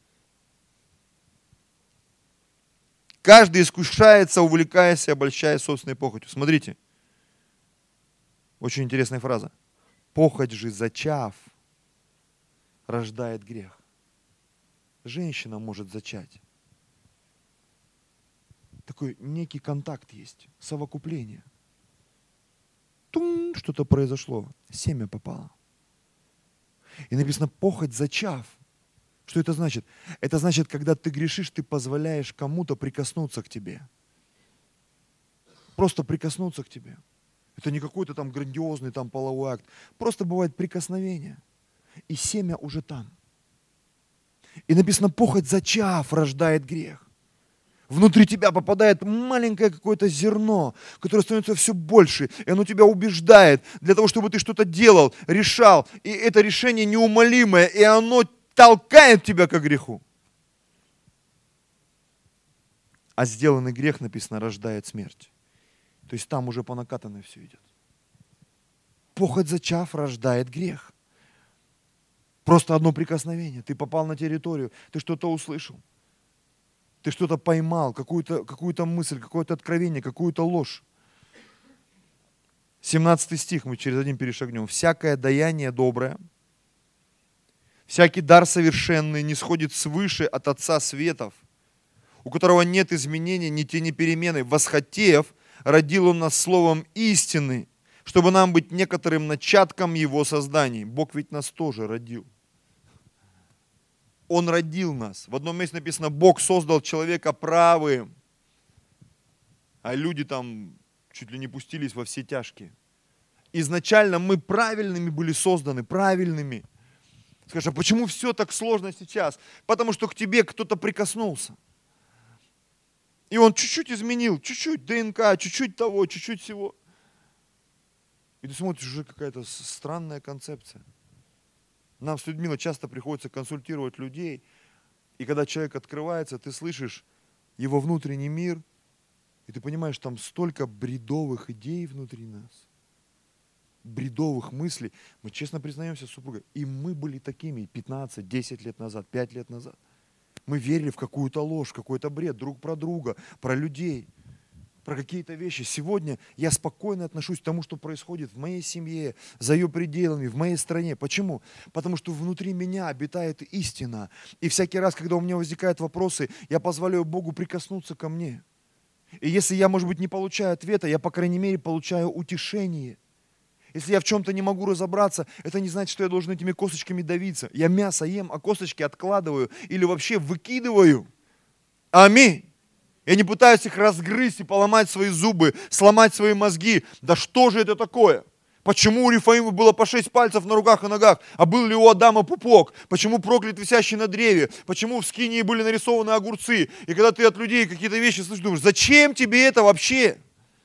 Каждый искушается, увлекаясь и обольщаясь собственной похотью. Смотрите, очень интересная фраза. Похоть же, зачав, рождает грех. Женщина может зачать. Такой некий контакт есть, совокупление. Тум, что-то произошло, семя попало. И написано, похоть зачав. Что это значит? Это значит, когда ты грешишь, ты позволяешь кому-то прикоснуться к тебе. Просто прикоснуться к тебе. Это не какой-то там грандиозный там половой акт. Просто бывает прикосновение. И семя уже там. И написано, похоть зачав рождает грех. Внутри тебя попадает маленькое какое-то зерно, которое становится все больше, и оно тебя убеждает для того, чтобы ты что-то делал, решал. И это решение неумолимое, и оно толкает тебя к греху. А сделанный грех, написано, рождает смерть. То есть там уже по накатанной все идет. Похоть зачав рождает грех. Просто одно прикосновение. Ты попал на территорию, ты что-то услышал. Ты что-то поймал, какую-то мысль, какое-то откровение, какую-то ложь. 17 стих мы через один перешагнем. «Всякое даяние доброе, всякий дар совершенный не сходит свыше от Отца Светов, у которого нет изменения, ни тени перемены. Восхотев, родил Он нас словом истины, чтобы нам быть некоторым начатком Его созданий». Бог ведь нас тоже родил. Он родил нас. В одном месте написано, Бог создал человека правым, а люди там чуть ли не пустились во все тяжкие. Изначально мы правильными были созданы, правильными. Скажешь, а почему все так сложно сейчас? Потому что к тебе кто-то прикоснулся. И он чуть-чуть изменил, чуть-чуть ДНК, чуть-чуть того, чуть-чуть всего. И ты смотришь, уже какая-то странная концепция. Нам с Людмилой часто приходится консультировать людей, и когда человек открывается, ты слышишь его внутренний мир, и ты понимаешь, там столько бредовых идей внутри нас, бредовых мыслей. Мы честно признаемся с супругой, и мы были такими 15, 10 лет назад, 5 лет назад. Мы верили в какую-то ложь, какой-то бред друг про друга, про людей, про какие-то вещи. Сегодня я спокойно отношусь к тому, что происходит в моей семье, за ее пределами, в моей стране. Почему? Потому что внутри меня обитает истина. И всякий раз, когда у меня возникают вопросы, я позволяю Богу прикоснуться ко мне. И если я, может быть, не получаю ответа, я, по крайней мере, получаю утешение. Если я в чем-то не могу разобраться, это не значит, что я должен этими косточками давиться. Я мясо ем, а косточки откладываю или вообще выкидываю. Аминь. Я не пытаюсь их разгрызть и поломать свои зубы, сломать свои мозги. Да что же это такое? Почему у Рифаима было по 6 пальцев на руках и ногах, а был ли у Адама пупок? Почему проклят висящий на древе? Почему в Скинии были нарисованы огурцы? И когда ты от людей какие-то вещи слышишь, думаешь, зачем тебе это вообще?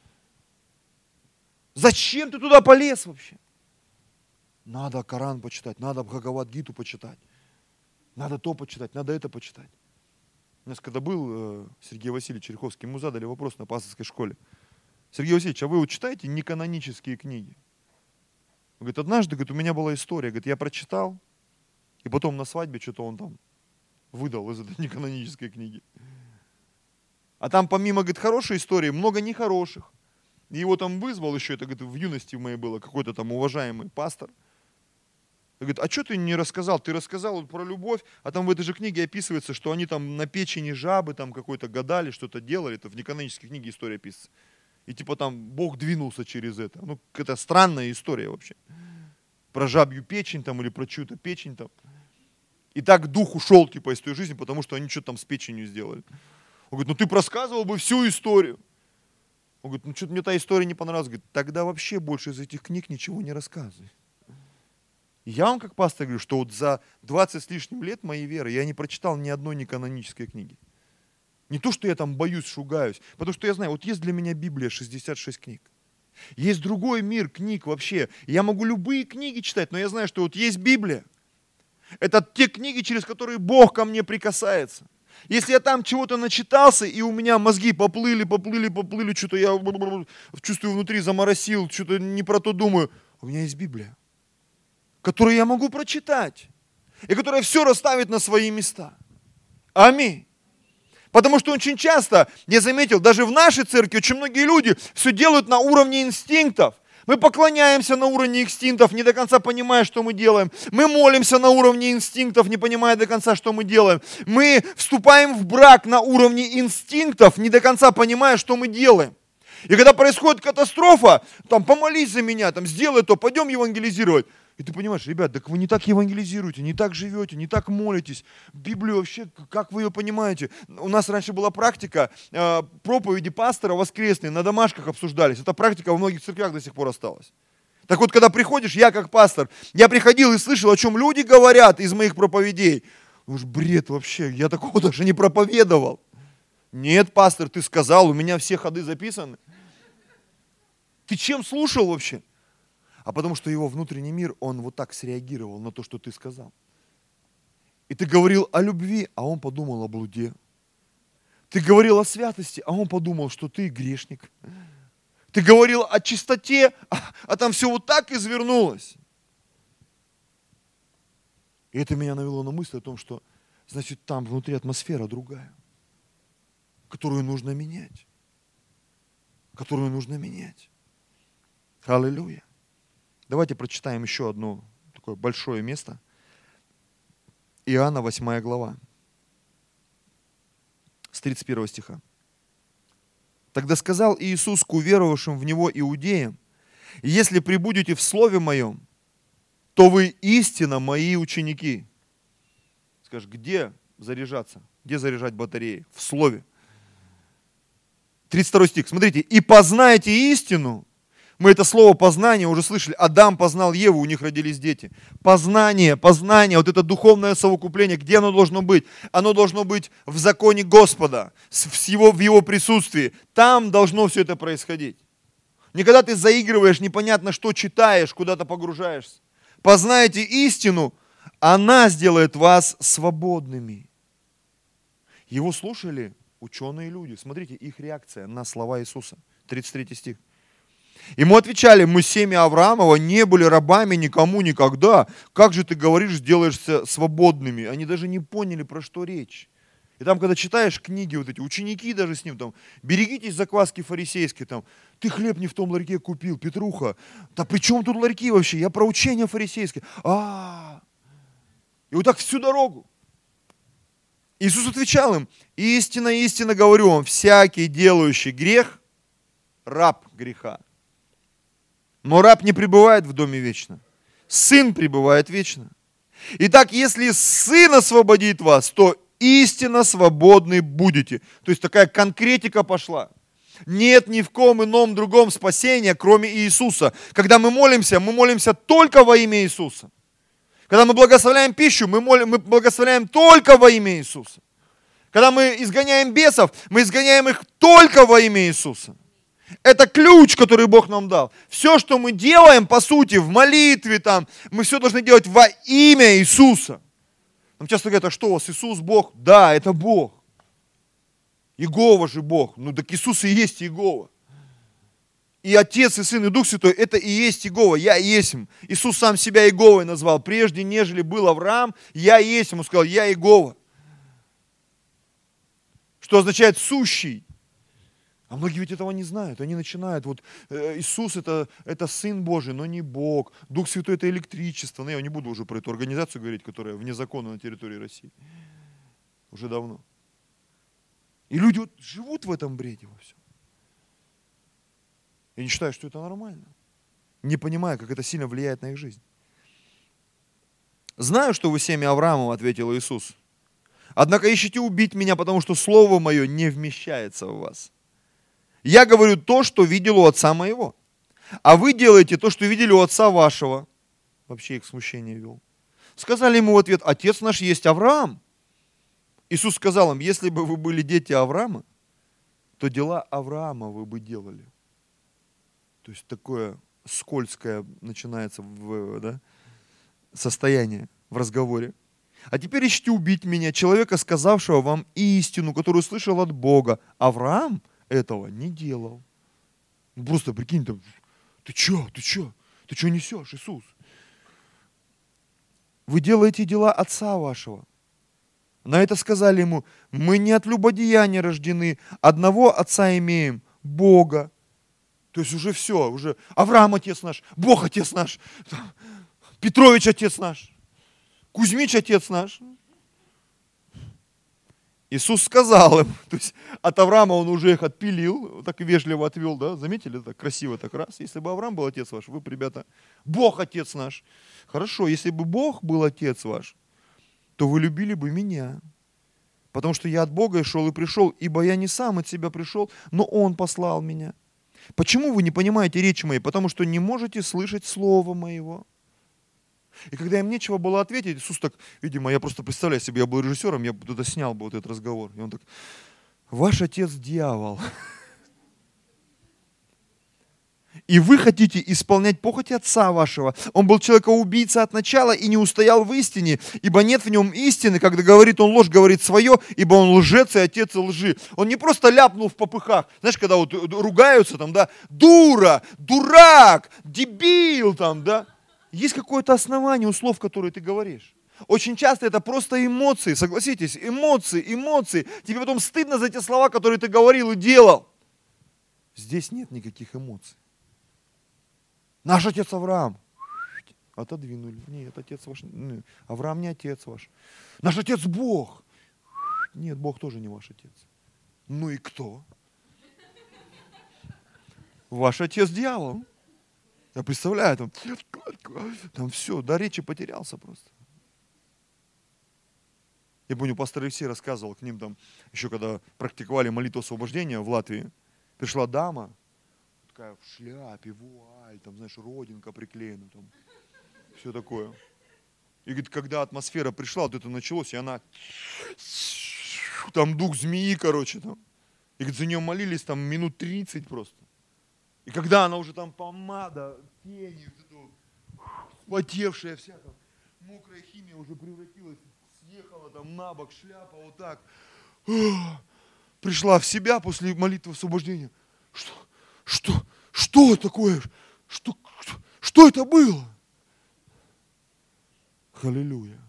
Зачем ты туда полез вообще? Надо Коран почитать, надо Бхагавад-гиту почитать, надо то почитать, надо это почитать. У нас когда был Сергей Васильевич Череховский, ему задали вопрос на пасторской школе. Сергей Васильевич, а вы вот читаете неканонические книги? Он говорит, однажды, говорит, у меня была история, говорит, я прочитал, и потом на свадьбе что-то он там выдал из этой неканонической книги. А там помимо, говорит, хорошей истории, много нехороших. И его там вызвал еще, это, говорит, в юности в моей было, какой-то там уважаемый пастор. Говорит, а что ты не рассказал? Ты рассказал вот про любовь, а там в этой же книге описывается, что они там на печени жабы там какой-то гадали, что-то делали. Это в неканонической книге история описывается. И типа там Бог двинулся через это. Ну, это странная история вообще. Про жабью печень там или про чью-то печень там. И так дух ушел типа из той жизни, потому что они что-то там с печенью сделали. Он говорит, ну ты бы рассказывал бы всю историю. Он говорит, ну что-то мне та история не понравилась. Говорит, тогда вообще больше из этих книг ничего не рассказывай. Я вам как пастор говорю, что вот за 20 с лишним лет моей веры я не прочитал ни одной неканонической книги. Не то, что я там боюсь, шугаюсь, потому что я знаю, вот есть для меня Библия 66 книг. Есть другой мир книг вообще. Я могу любые книги читать, но я знаю, что вот есть Библия. Это те книги, через которые Бог ко мне прикасается. Если я там чего-то начитался, и у меня мозги поплыли, что-то я чувствую внутри, заморосил, что-то не про то думаю, у меня есть Библия, которую я могу прочитать, и которая все расставит на свои места. Аминь. Потому что очень часто, я заметил, даже в нашей церкви очень многие люди все делают на уровне инстинктов. Мы поклоняемся на уровне инстинктов, не до конца понимая, что мы делаем. Мы молимся на уровне инстинктов, не понимая до конца, что мы делаем. Мы вступаем в брак на уровне инстинктов, не до конца понимая, что мы делаем. И когда происходит катастрофа, там, помолись за меня, там, сделай то, пойдем евангелизировать. И ты понимаешь, ребят, так вы не так евангелизируете, не так живете, не так молитесь. Библию вообще, как вы ее понимаете? У нас раньше была практика, проповеди пастора воскресные на домашках обсуждались. Эта практика во многих церквях до сих пор осталась. Так вот, когда приходишь, я как пастор, я приходил и слышал, о чем люди говорят из моих проповедей. Уж бред вообще, я такого даже не проповедовал. Нет, пастор, ты сказал, у меня все ходы записаны. Ты чем слушал вообще? А потому что его внутренний мир, он вот так среагировал на то, что ты сказал. И ты говорил о любви, а он подумал о блуде. Ты говорил о святости, а он подумал, что ты грешник. Ты говорил о чистоте, а там все вот так извернулось. И это меня навело на мысль о том, что, значит, там внутри атмосфера другая, которую нужно менять. Которую нужно менять. Аллилуйя. Давайте прочитаем еще одно такое большое место. Иоанна 8 глава, с 31 стиха. Тогда сказал Иисус к уверовавшим в Него иудеям: если пребудете в Слове Моем, то вы истинно Мои ученики. Скажешь, где заряжаться? Где заряжать батареи? В Слове. 32 стих, смотрите. И познаете истину. Мы это слово познание уже слышали. Адам познал Еву, у них родились дети. Познание, вот это духовное совокупление, где оно должно быть? Оно должно быть в законе Господа, в его присутствии. Там должно все это происходить. Не когда ты заигрываешь, непонятно что читаешь, куда-то погружаешься. Познаете истину, она сделает вас свободными. Его слушали ученые люди. Смотрите, их реакция на слова Иисуса. 33 стих. Ему отвечали: мы семя Авраамова не были рабами никому никогда. Как же ты говоришь, сделаешься свободными? Они даже не поняли, про что речь. И там, когда читаешь книги, вот эти ученики даже с ним, там, берегитесь закваски фарисейской, там, ты хлеб не в том ларьке купил, Петруха. Да при чем тут ларьки вообще? Я про учение фарисейское. И вот так всю дорогу. Иисус отвечал им: истинно, истинно говорю вам, всякий делающий грех, раб греха. Но раб не пребывает в доме вечно. Сын пребывает вечно. Итак, если Сын освободит вас, то истинно свободны будете. То есть такая конкретика пошла. Нет ни в ком ином другом спасения, кроме Иисуса. Когда мы молимся только во имя Иисуса. Когда мы благословляем пищу, мы благословляем только во имя Иисуса. Когда мы изгоняем бесов, мы изгоняем их только во имя Иисуса. Это ключ, который Бог нам дал. Все, что мы делаем, по сути, в молитве, мы все должны делать во имя Иисуса. Нам часто говорят: а что у вас, Иисус Бог? Да, это Бог. Иегова же Бог. Ну так Иисус и есть Иегова. И Отец, и Сын, и Дух Святой, это и есть Иегова. Я есмь. Иисус сам себя Иеговой назвал. Прежде, нежели был Авраам, я есмь. Он сказал: я Иегова. Что означает сущий. А многие ведь этого не знают. Они начинают, вот Иисус это Сын Божий, но не Бог. Дух Святой это электричество. Но я не буду уже про эту организацию говорить, которая вне закона на территории России. Уже давно. И люди вот живут в этом бреде во всем. Я не считаю, что это нормально. Не понимая, как это сильно влияет на их жизнь. «Знаю, что вы семя Авраамова», — ответил Иисус. «Однако ищете убить меня, потому что слово мое не вмещается в вас. Я говорю то, что видел у отца моего. А вы делаете то, что видели у отца вашего». Вообще их смущение вел. Сказали ему в ответ: «Отец наш есть Авраам». Иисус сказал им: «Если бы вы были дети Авраама, то дела Авраама вы бы делали». То есть такое скользкое начинается состояние в разговоре. «А теперь ищите убить меня, человека, сказавшего вам истину, которую слышал от Бога. Авраам этого не делал». Просто прикинь, там, ты что несешь, Иисус? «Вы делаете дела отца вашего». На это сказали ему: «Мы не от любодеяния рождены, одного отца имеем, Бога». То есть уже все, уже Авраам отец наш, Бог отец наш, Петрович отец наш, Кузьмич отец наш. Иисус сказал им, то есть от Авраама он уже их отпилил, так вежливо отвел, да, заметили, так красиво так раз. Если бы Авраам был отец ваш, вы, ребята, Бог отец наш. Хорошо, если бы Бог был отец ваш, то вы любили бы меня, потому что я от Бога и шел и пришел, ибо я не сам от себя пришел, но Он послал меня. Почему вы не понимаете речи моей? Потому что не можете слышать слова моего. И когда им нечего было ответить, Иисус так, видимо, я просто представляю себе, я был режиссером, я бы туда снял бы вот этот разговор. И он так: «Ваш отец дьявол. И вы хотите исполнять похоти отца вашего. Он был человека-убийца от начала и не устоял в истине, ибо нет в нем истины. Когда говорит он ложь, говорит свое, ибо он лжец и отец лжи». Он не просто ляпнул в попыхах. Знаешь, когда вот ругаются там, да, дура, дурак, дебил там, да. Есть какое-то основание у слов, которые ты говоришь. Очень часто это просто эмоции, согласитесь, эмоции. Тебе потом стыдно за те слова, которые ты говорил и делал. Здесь нет никаких эмоций. Наш отец Авраам. Отодвинули. Нет, отец ваш. Нет, Авраам не отец ваш. Наш отец Бог. Нет, Бог тоже не ваш отец. Ну и кто? Ваш отец дьявол. Я представляю, там все, до речи потерялся просто. Я помню, пастор Алексей рассказывал, к ним там, еще когда практиковали молитву освобождения в Латвии, пришла дама, такая в шляпе, вуаль, там, знаешь, родинка приклеена, там, все такое. И говорит, когда атмосфера пришла, вот это началось, и она, там дух змеи, короче, там. И говорит, за нее молились там минут 30 просто. И когда она уже там помада, тени, спотевшая вся, там, мокрая химия уже превратилась, съехала там на бок, шляпа вот так. Пришла в себя после молитвы освобождения. Что такое? Что это было? Аллилуйя.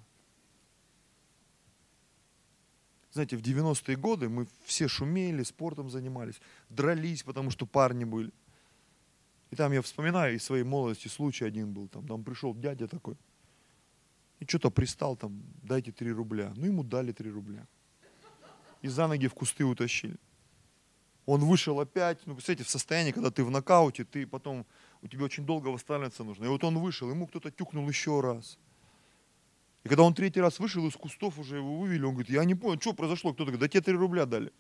Знаете, в 90-е годы мы все шумели, спортом занимались, дрались, потому что парни были. И там я вспоминаю из своей молодости случай один был. Там пришел дядя такой. И что-то пристал там, дайте 3 рубля. Ну ему дали 3 рубля. И за ноги в кусты утащили. Он вышел опять, ну, представляете, в состоянии, когда ты в нокауте, ты потом, у тебя очень долго восстанавливаться нужно. И вот он вышел, ему кто-то тюкнул еще раз. И когда он 3-й раз вышел из кустов, уже его вывели, он говорит, я не понял, что произошло. Кто-то говорит, да тебе 3 рубля дали.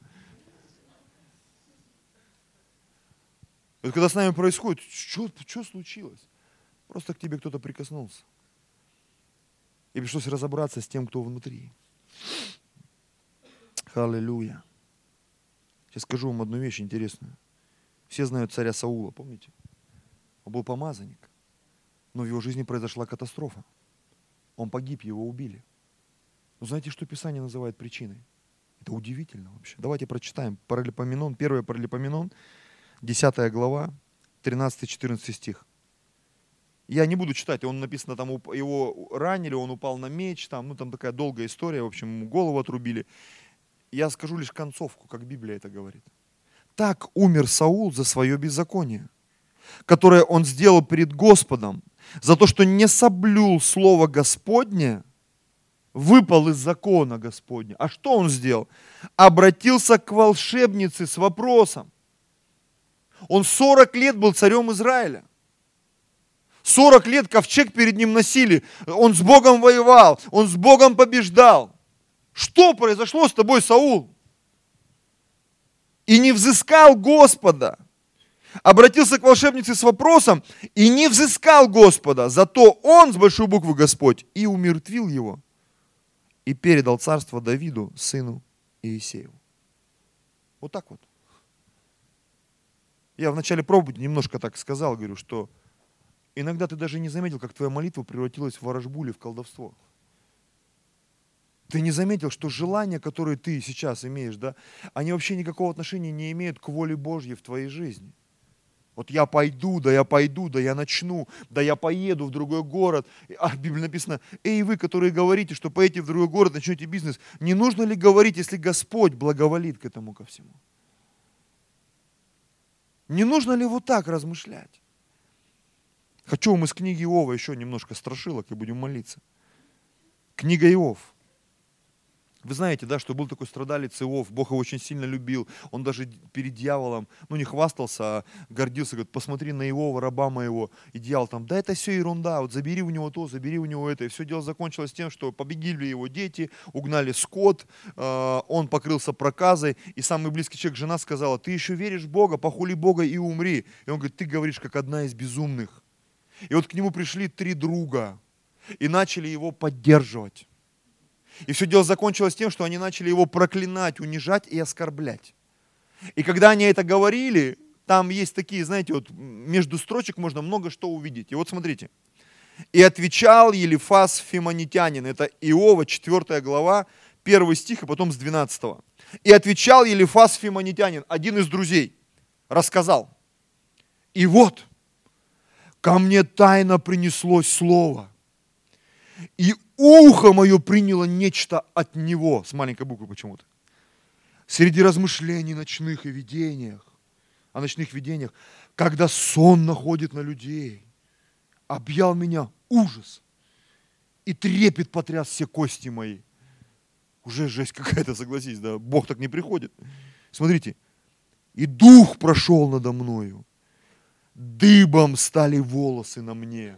Вот когда с нами происходит, что случилось? Просто к тебе кто-то прикоснулся. И пришлось разобраться с тем, кто внутри. Аллилуйя. Сейчас скажу вам одну вещь интересную. Все знают царя Саула, помните? Он был помазанник. Но в его жизни произошла катастрофа. Он погиб, его убили. Но знаете, что Писание называет причиной? Это удивительно вообще. Давайте прочитаем. Паралипоменон, 1 Паралипоменон, 10 глава, 13-14 стих. Я не буду читать, он написано, там его ранили, он упал на меч, там такая долгая история, в общем, ему голову отрубили. Я скажу лишь концовку, как Библия это говорит. так умер Саул за свое беззаконие, которое он сделал перед Господом, за то, что не соблюл слово Господне, выпал из закона Господня. А что он сделал? Обратился к волшебнице с вопросом. Он 40 лет был царем Израиля. 40 лет ковчег перед ним носили. Он с Богом воевал, он с Богом побеждал. Что произошло с тобой, Саул? И не взыскал Господа. Обратился к волшебнице с вопросом и не взыскал Господа. Зато он, с большой буквы Господь, и умертвил его. И передал царство Давиду, сыну Иисееву. Вот так вот. Я в начале проповеди немножко так сказал, говорю, что иногда ты даже не заметил, как твоя молитва превратилась в ворожбу или в колдовство. Ты не заметил, что желания, которые ты сейчас имеешь, да, они вообще никакого отношения не имеют к воле Божьей в твоей жизни. Вот я пойду, да я начну, да я поеду в другой город. А в Библии написано, эй вы, которые говорите, что поедете в другой город, начнете бизнес, не нужно ли говорить, если Господь благоволит к этому ко всему? Не нужно ли вот так размышлять? Хочу вам из книги Иова еще немножко страшилок и будем молиться. Книга Иов. Вы знаете, да, что был такой страдалец Иов, Бог его очень сильно любил, он даже перед дьяволом, не хвастался, а гордился, говорит, посмотри на Иова, раба моего, и дьявол там, да это все ерунда, вот забери у него то, забери у него это, и все дело закончилось тем, что победили его дети, угнали скот, он покрылся проказой, и самый близкий человек, жена, сказала, ты еще веришь в Бога, похули Бога и умри, и он говорит, ты говоришь, как одна из безумных, и вот к нему пришли 3 друга, и начали его поддерживать. И все дело закончилось тем, что они начали его проклинать, унижать и оскорблять. И когда они это говорили, там есть такие, знаете, вот между строчек можно много что увидеть. И вот смотрите. «И отвечал Елифаз Фимонитянин». Это Иова, 4 глава, 1 стих, и потом с 12. «И отвечал Елифаз Фимонитянин», один из друзей, рассказал. «И вот, ко мне тайно принеслось слово, и ухо мое приняло нечто от него», с маленькой буквы почему-то. «Среди размышлений ночных и видениях, о ночных видениях, когда сон находит на людей, объял меня ужас, и трепет потряс все кости мои». Уже жесть какая-то, согласись, да, Бог так не приходит. Смотрите, «и дух прошел надо мною, дыбом стали волосы на мне».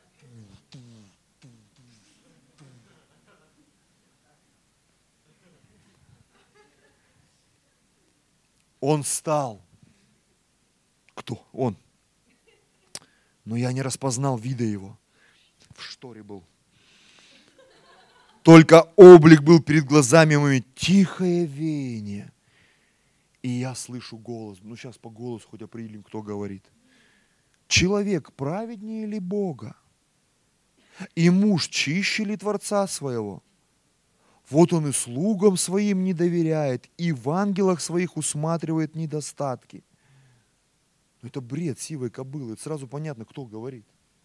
Он встал. Кто? Он. Но я не распознал вида его. В шторе был. Только облик был перед глазами моими, тихое веяние. И я слышу голос. Сейчас по голосу хоть определим, кто говорит. Человек праведнее ли Бога? И муж чище ли Творца своего? Вот он и слугам своим не доверяет, и в ангелах своих усматривает недостатки. Это бред сивой кобылы, это сразу понятно, кто говорит.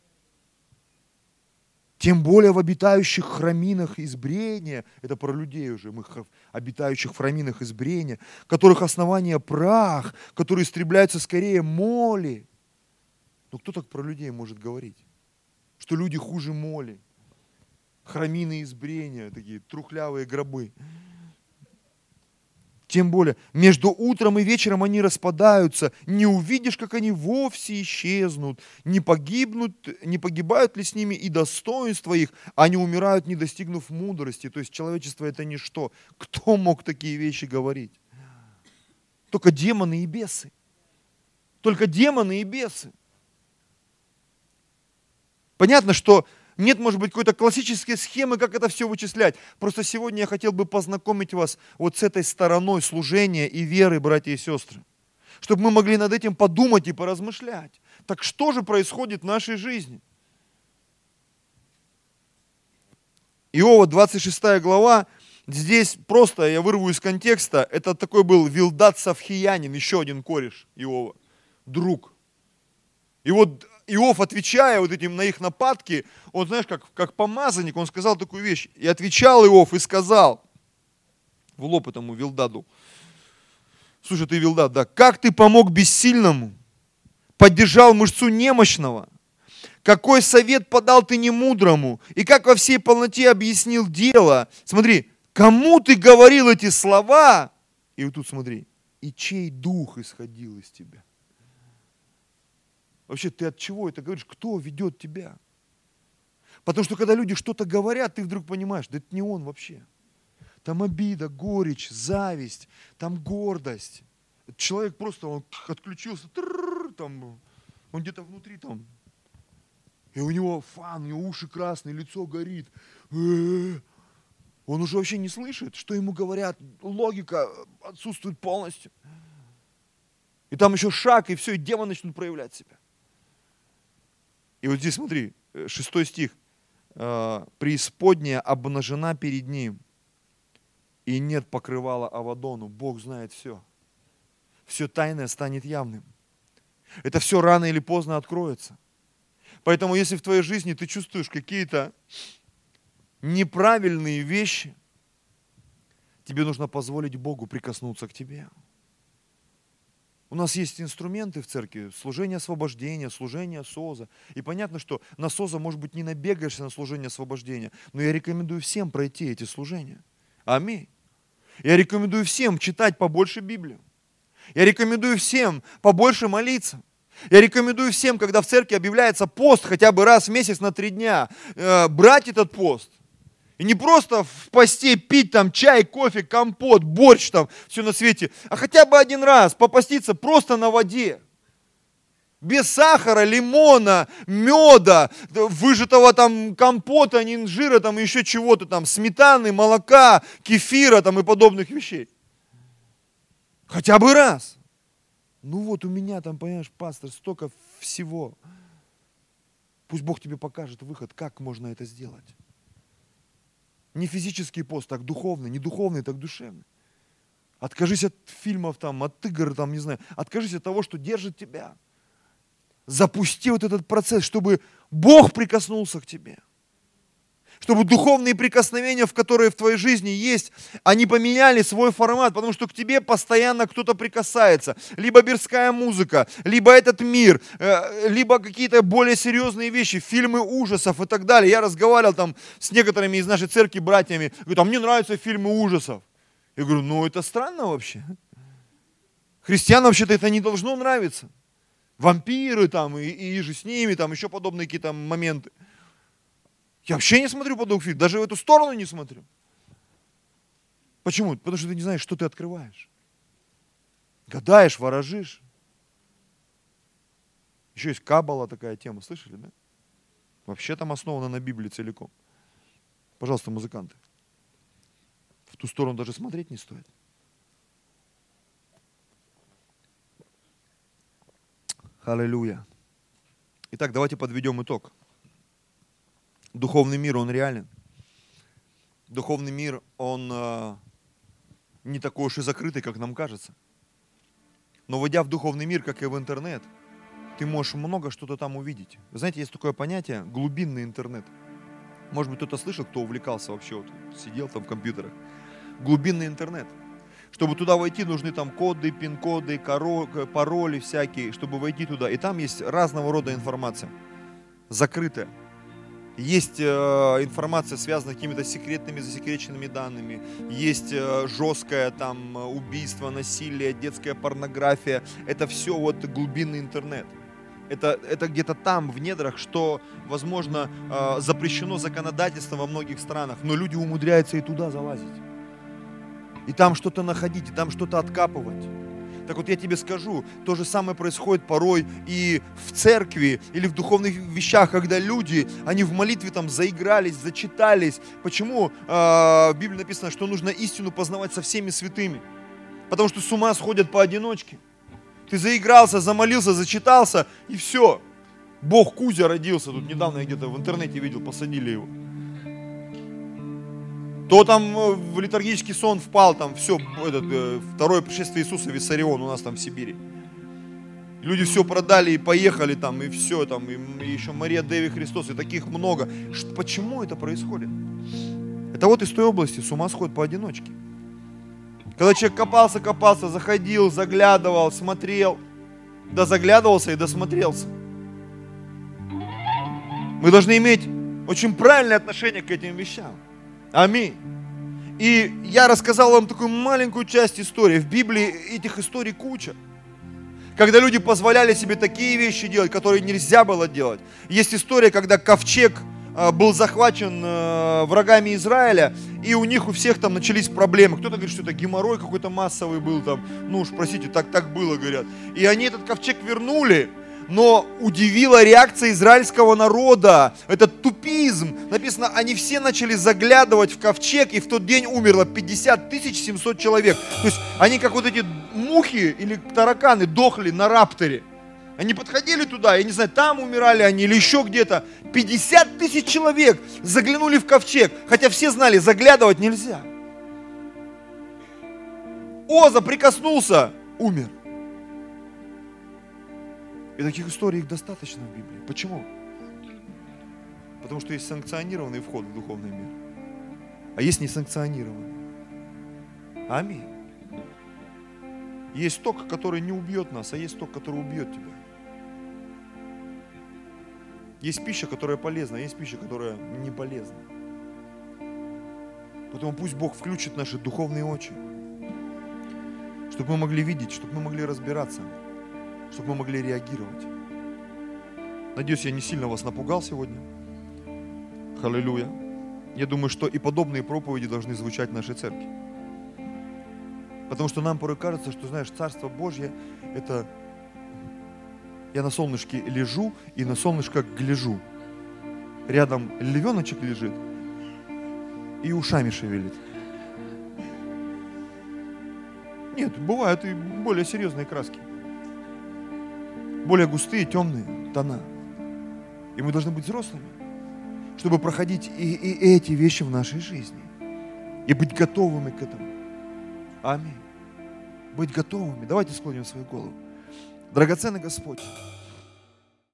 Тем более в обитающих храминах избрения, это про людей уже, мы обитающих в храминах избрения, которых основание прах, которые истребляются скорее моли. Но кто так про людей может говорить? Что люди хуже моли. Храмины избрения, такие трухлявые гробы. Тем более, между утром и вечером они распадаются. Не увидишь, как они вовсе исчезнут. Не погибают ли с ними и достоинства их. Они умирают, не достигнув мудрости. То есть человечество это ничто. Кто мог такие вещи говорить? Только демоны и бесы. Только демоны и бесы. Понятно, что нет, может быть, какой-то классической схемы, как это все вычислять. Просто сегодня я хотел бы познакомить вас вот с этой стороной служения и веры, братья и сестры. Чтобы мы могли над этим подумать и поразмышлять. Так что же происходит в нашей жизни? Иова, 26 глава, здесь просто, я вырву из контекста, это такой был Вилдад Савхиянин, еще один кореш Иова, друг. И вот Иов, отвечая вот этим на их нападки, он, знаешь, как помазанник, он сказал такую вещь. И отвечал Иов и сказал в лоб этому Вилдаду: Слушай, ты Вилдат, да, как ты помог бессильному, поддержал мышцу немощного, какой совет подал ты немудрому, и как во всей полноте объяснил дело. Смотри, кому ты говорил эти слова, и вот тут смотри, и чей дух исходил из тебя. Вообще, ты от чего это говоришь? Кто ведет тебя? Потому что когда люди что-то говорят, ты вдруг понимаешь, да это не он вообще. Там обида, горечь, зависть, там гордость. Человек просто, он отключился, там, он где-то внутри там. И у него фан, у него уши красные, лицо горит. Он уже вообще не слышит, что ему говорят. Логика отсутствует полностью. И там еще шаг, и все, и демоны начнут проявлять себя. И вот здесь смотри, 6 стих. «Преисподняя обнажена перед ним, и нет покрывала Авадону». Бог знает все. Все тайное станет явным. Это все рано или поздно откроется. Поэтому если в твоей жизни ты чувствуешь какие-то неправильные вещи, тебе нужно позволить Богу прикоснуться к тебе. У нас есть инструменты в церкви, служение освобождения, служение СОЗа. И понятно, что на СОЗа, может быть, не набегаешься на служение освобождения, но я рекомендую всем пройти эти служения. Аминь. Я рекомендую всем читать побольше Библию. Я рекомендую всем побольше молиться. Я рекомендую всем, когда в церкви объявляется пост хотя бы раз в месяц на 3 дня, брать этот пост. И не просто в посте пить там чай, кофе, компот, борщ там, все на свете, а хотя бы один раз попаститься просто на воде. Без сахара, лимона, меда, выжатого там компота, инжира, там еще чего-то там, сметаны, молока, кефира там и подобных вещей. Хотя бы раз. Ну вот у меня там, понимаешь, пастор, столько всего. Пусть Бог тебе покажет выход, как можно это сделать. Не физический пост, так духовный, не духовный, так душевный. Откажись от фильмов, там, от игр, там, не знаю. Откажись от того, что держит тебя. Запусти вот этот процесс, чтобы Бог прикоснулся к тебе. Чтобы духовные прикосновения, которые в твоей жизни есть, они поменяли свой формат, потому что к тебе постоянно кто-то прикасается. Либо мирская музыка, либо этот мир, либо какие-то более серьезные вещи, фильмы ужасов и так далее. Я разговаривал там с некоторыми из нашей церкви братьями, говорят, а мне нравятся фильмы ужасов. Я говорю, ну это странно вообще. Христианам вообще-то это не должно нравиться. Вампиры там и же с ними, там еще подобные какие-то моменты. Я вообще не смотрю подобных фильмов, даже в эту сторону не смотрю. Почему? Потому что ты не знаешь, что ты открываешь. Гадаешь, ворожишь. Еще есть каббала такая тема, слышали, да? Вообще там основана на Библии целиком. Пожалуйста, музыканты. В ту сторону даже смотреть не стоит. Аллилуйя. Итак, давайте подведем итог. Духовный мир, он реален. Духовный мир, он не такой уж и закрытый, как нам кажется. Но войдя в духовный мир, как и в интернет, ты можешь много что-то там увидеть. Вы знаете, есть такое понятие глубинный интернет. Может быть, кто-то слышал, кто увлекался вообще, вот, сидел там в компьютерах. Глубинный интернет. Чтобы туда войти, нужны там коды, пин-коды, пароли всякие, чтобы войти туда. И там есть разного рода информация, закрытая. Есть информация, связанная с какими-то секретными, засекреченными данными. Есть жесткое там убийство, насилие, детская порнография. Это все вот глубинный интернет. Это где-то там, в недрах, что, возможно, запрещено законодательством во многих странах. Но люди умудряются и туда залазить. И там что-то находить, и там что-то откапывать. Так вот я тебе скажу, то же самое происходит порой и в церкви, или в духовных вещах, когда люди, они в молитве там заигрались, зачитались. Почему в Библии написано, что нужно истину познавать со всеми святыми? Потому что с ума сходят поодиночке. Ты заигрался, замолился, зачитался, и все. Бог Кузя родился. Тут недавно я где-то в интернете видел, посадили его. То там в литургический сон впал, там все, второе пришествие Иисуса, Виссарион у нас там в Сибири. Люди все продали и поехали там, и все там, и еще Мария Деви Христос, и таких много. Почему это происходит? Это вот из той области с ума сходят поодиночке. Когда человек копался, заходил, заглядывал, смотрел, дозаглядывался и досмотрелся. Мы должны иметь очень правильное отношение к этим вещам. Аминь. И я рассказал вам такую маленькую часть истории. В Библии этих историй куча. Когда люди позволяли себе такие вещи делать, которые нельзя было делать. Есть история, когда ковчег был захвачен врагами Израиля, и у них у всех там начались проблемы. Кто-то говорит, что это геморрой какой-то массовый был там. Ну уж простите, так было, говорят. И они этот ковчег вернули. Но удивила реакция израильского народа, этот тупизм. Написано, они все начали заглядывать в ковчег, и в тот день умерло 50 700 человек. То есть они как вот эти мухи или тараканы дохли на рапторе. Они подходили туда, я не знаю, там умирали они или еще где-то. 50 000 человек заглянули в ковчег, хотя все знали, заглядывать нельзя. Оза прикоснулся, умер. И таких историй их достаточно в Библии. Почему? Потому что есть санкционированный вход в духовный мир, а есть несанкционированный. Аминь. Есть ток, который не убьет нас, а есть ток, который убьет тебя. Есть пища, которая полезна, а есть пища, которая не полезна. Поэтому пусть Бог включит наши духовные очи, чтобы мы могли видеть, чтобы мы могли разбираться, чтобы мы могли реагировать. Надеюсь, я не сильно вас напугал сегодня. Аллилуйя. Я думаю, что и подобные проповеди должны звучать в нашей церкви. Потому что нам порой кажется, что, знаешь, Царство Божье – это я на солнышке лежу и на солнышко гляжу. Рядом львеночек лежит и ушами шевелит. Нет, бывают и более серьезные краски. Более густые, темные тона. И мы должны быть взрослыми, чтобы проходить и эти вещи в нашей жизни. И быть готовыми к этому. Аминь. Быть готовыми. Давайте склоним свою голову. Драгоценный Господь,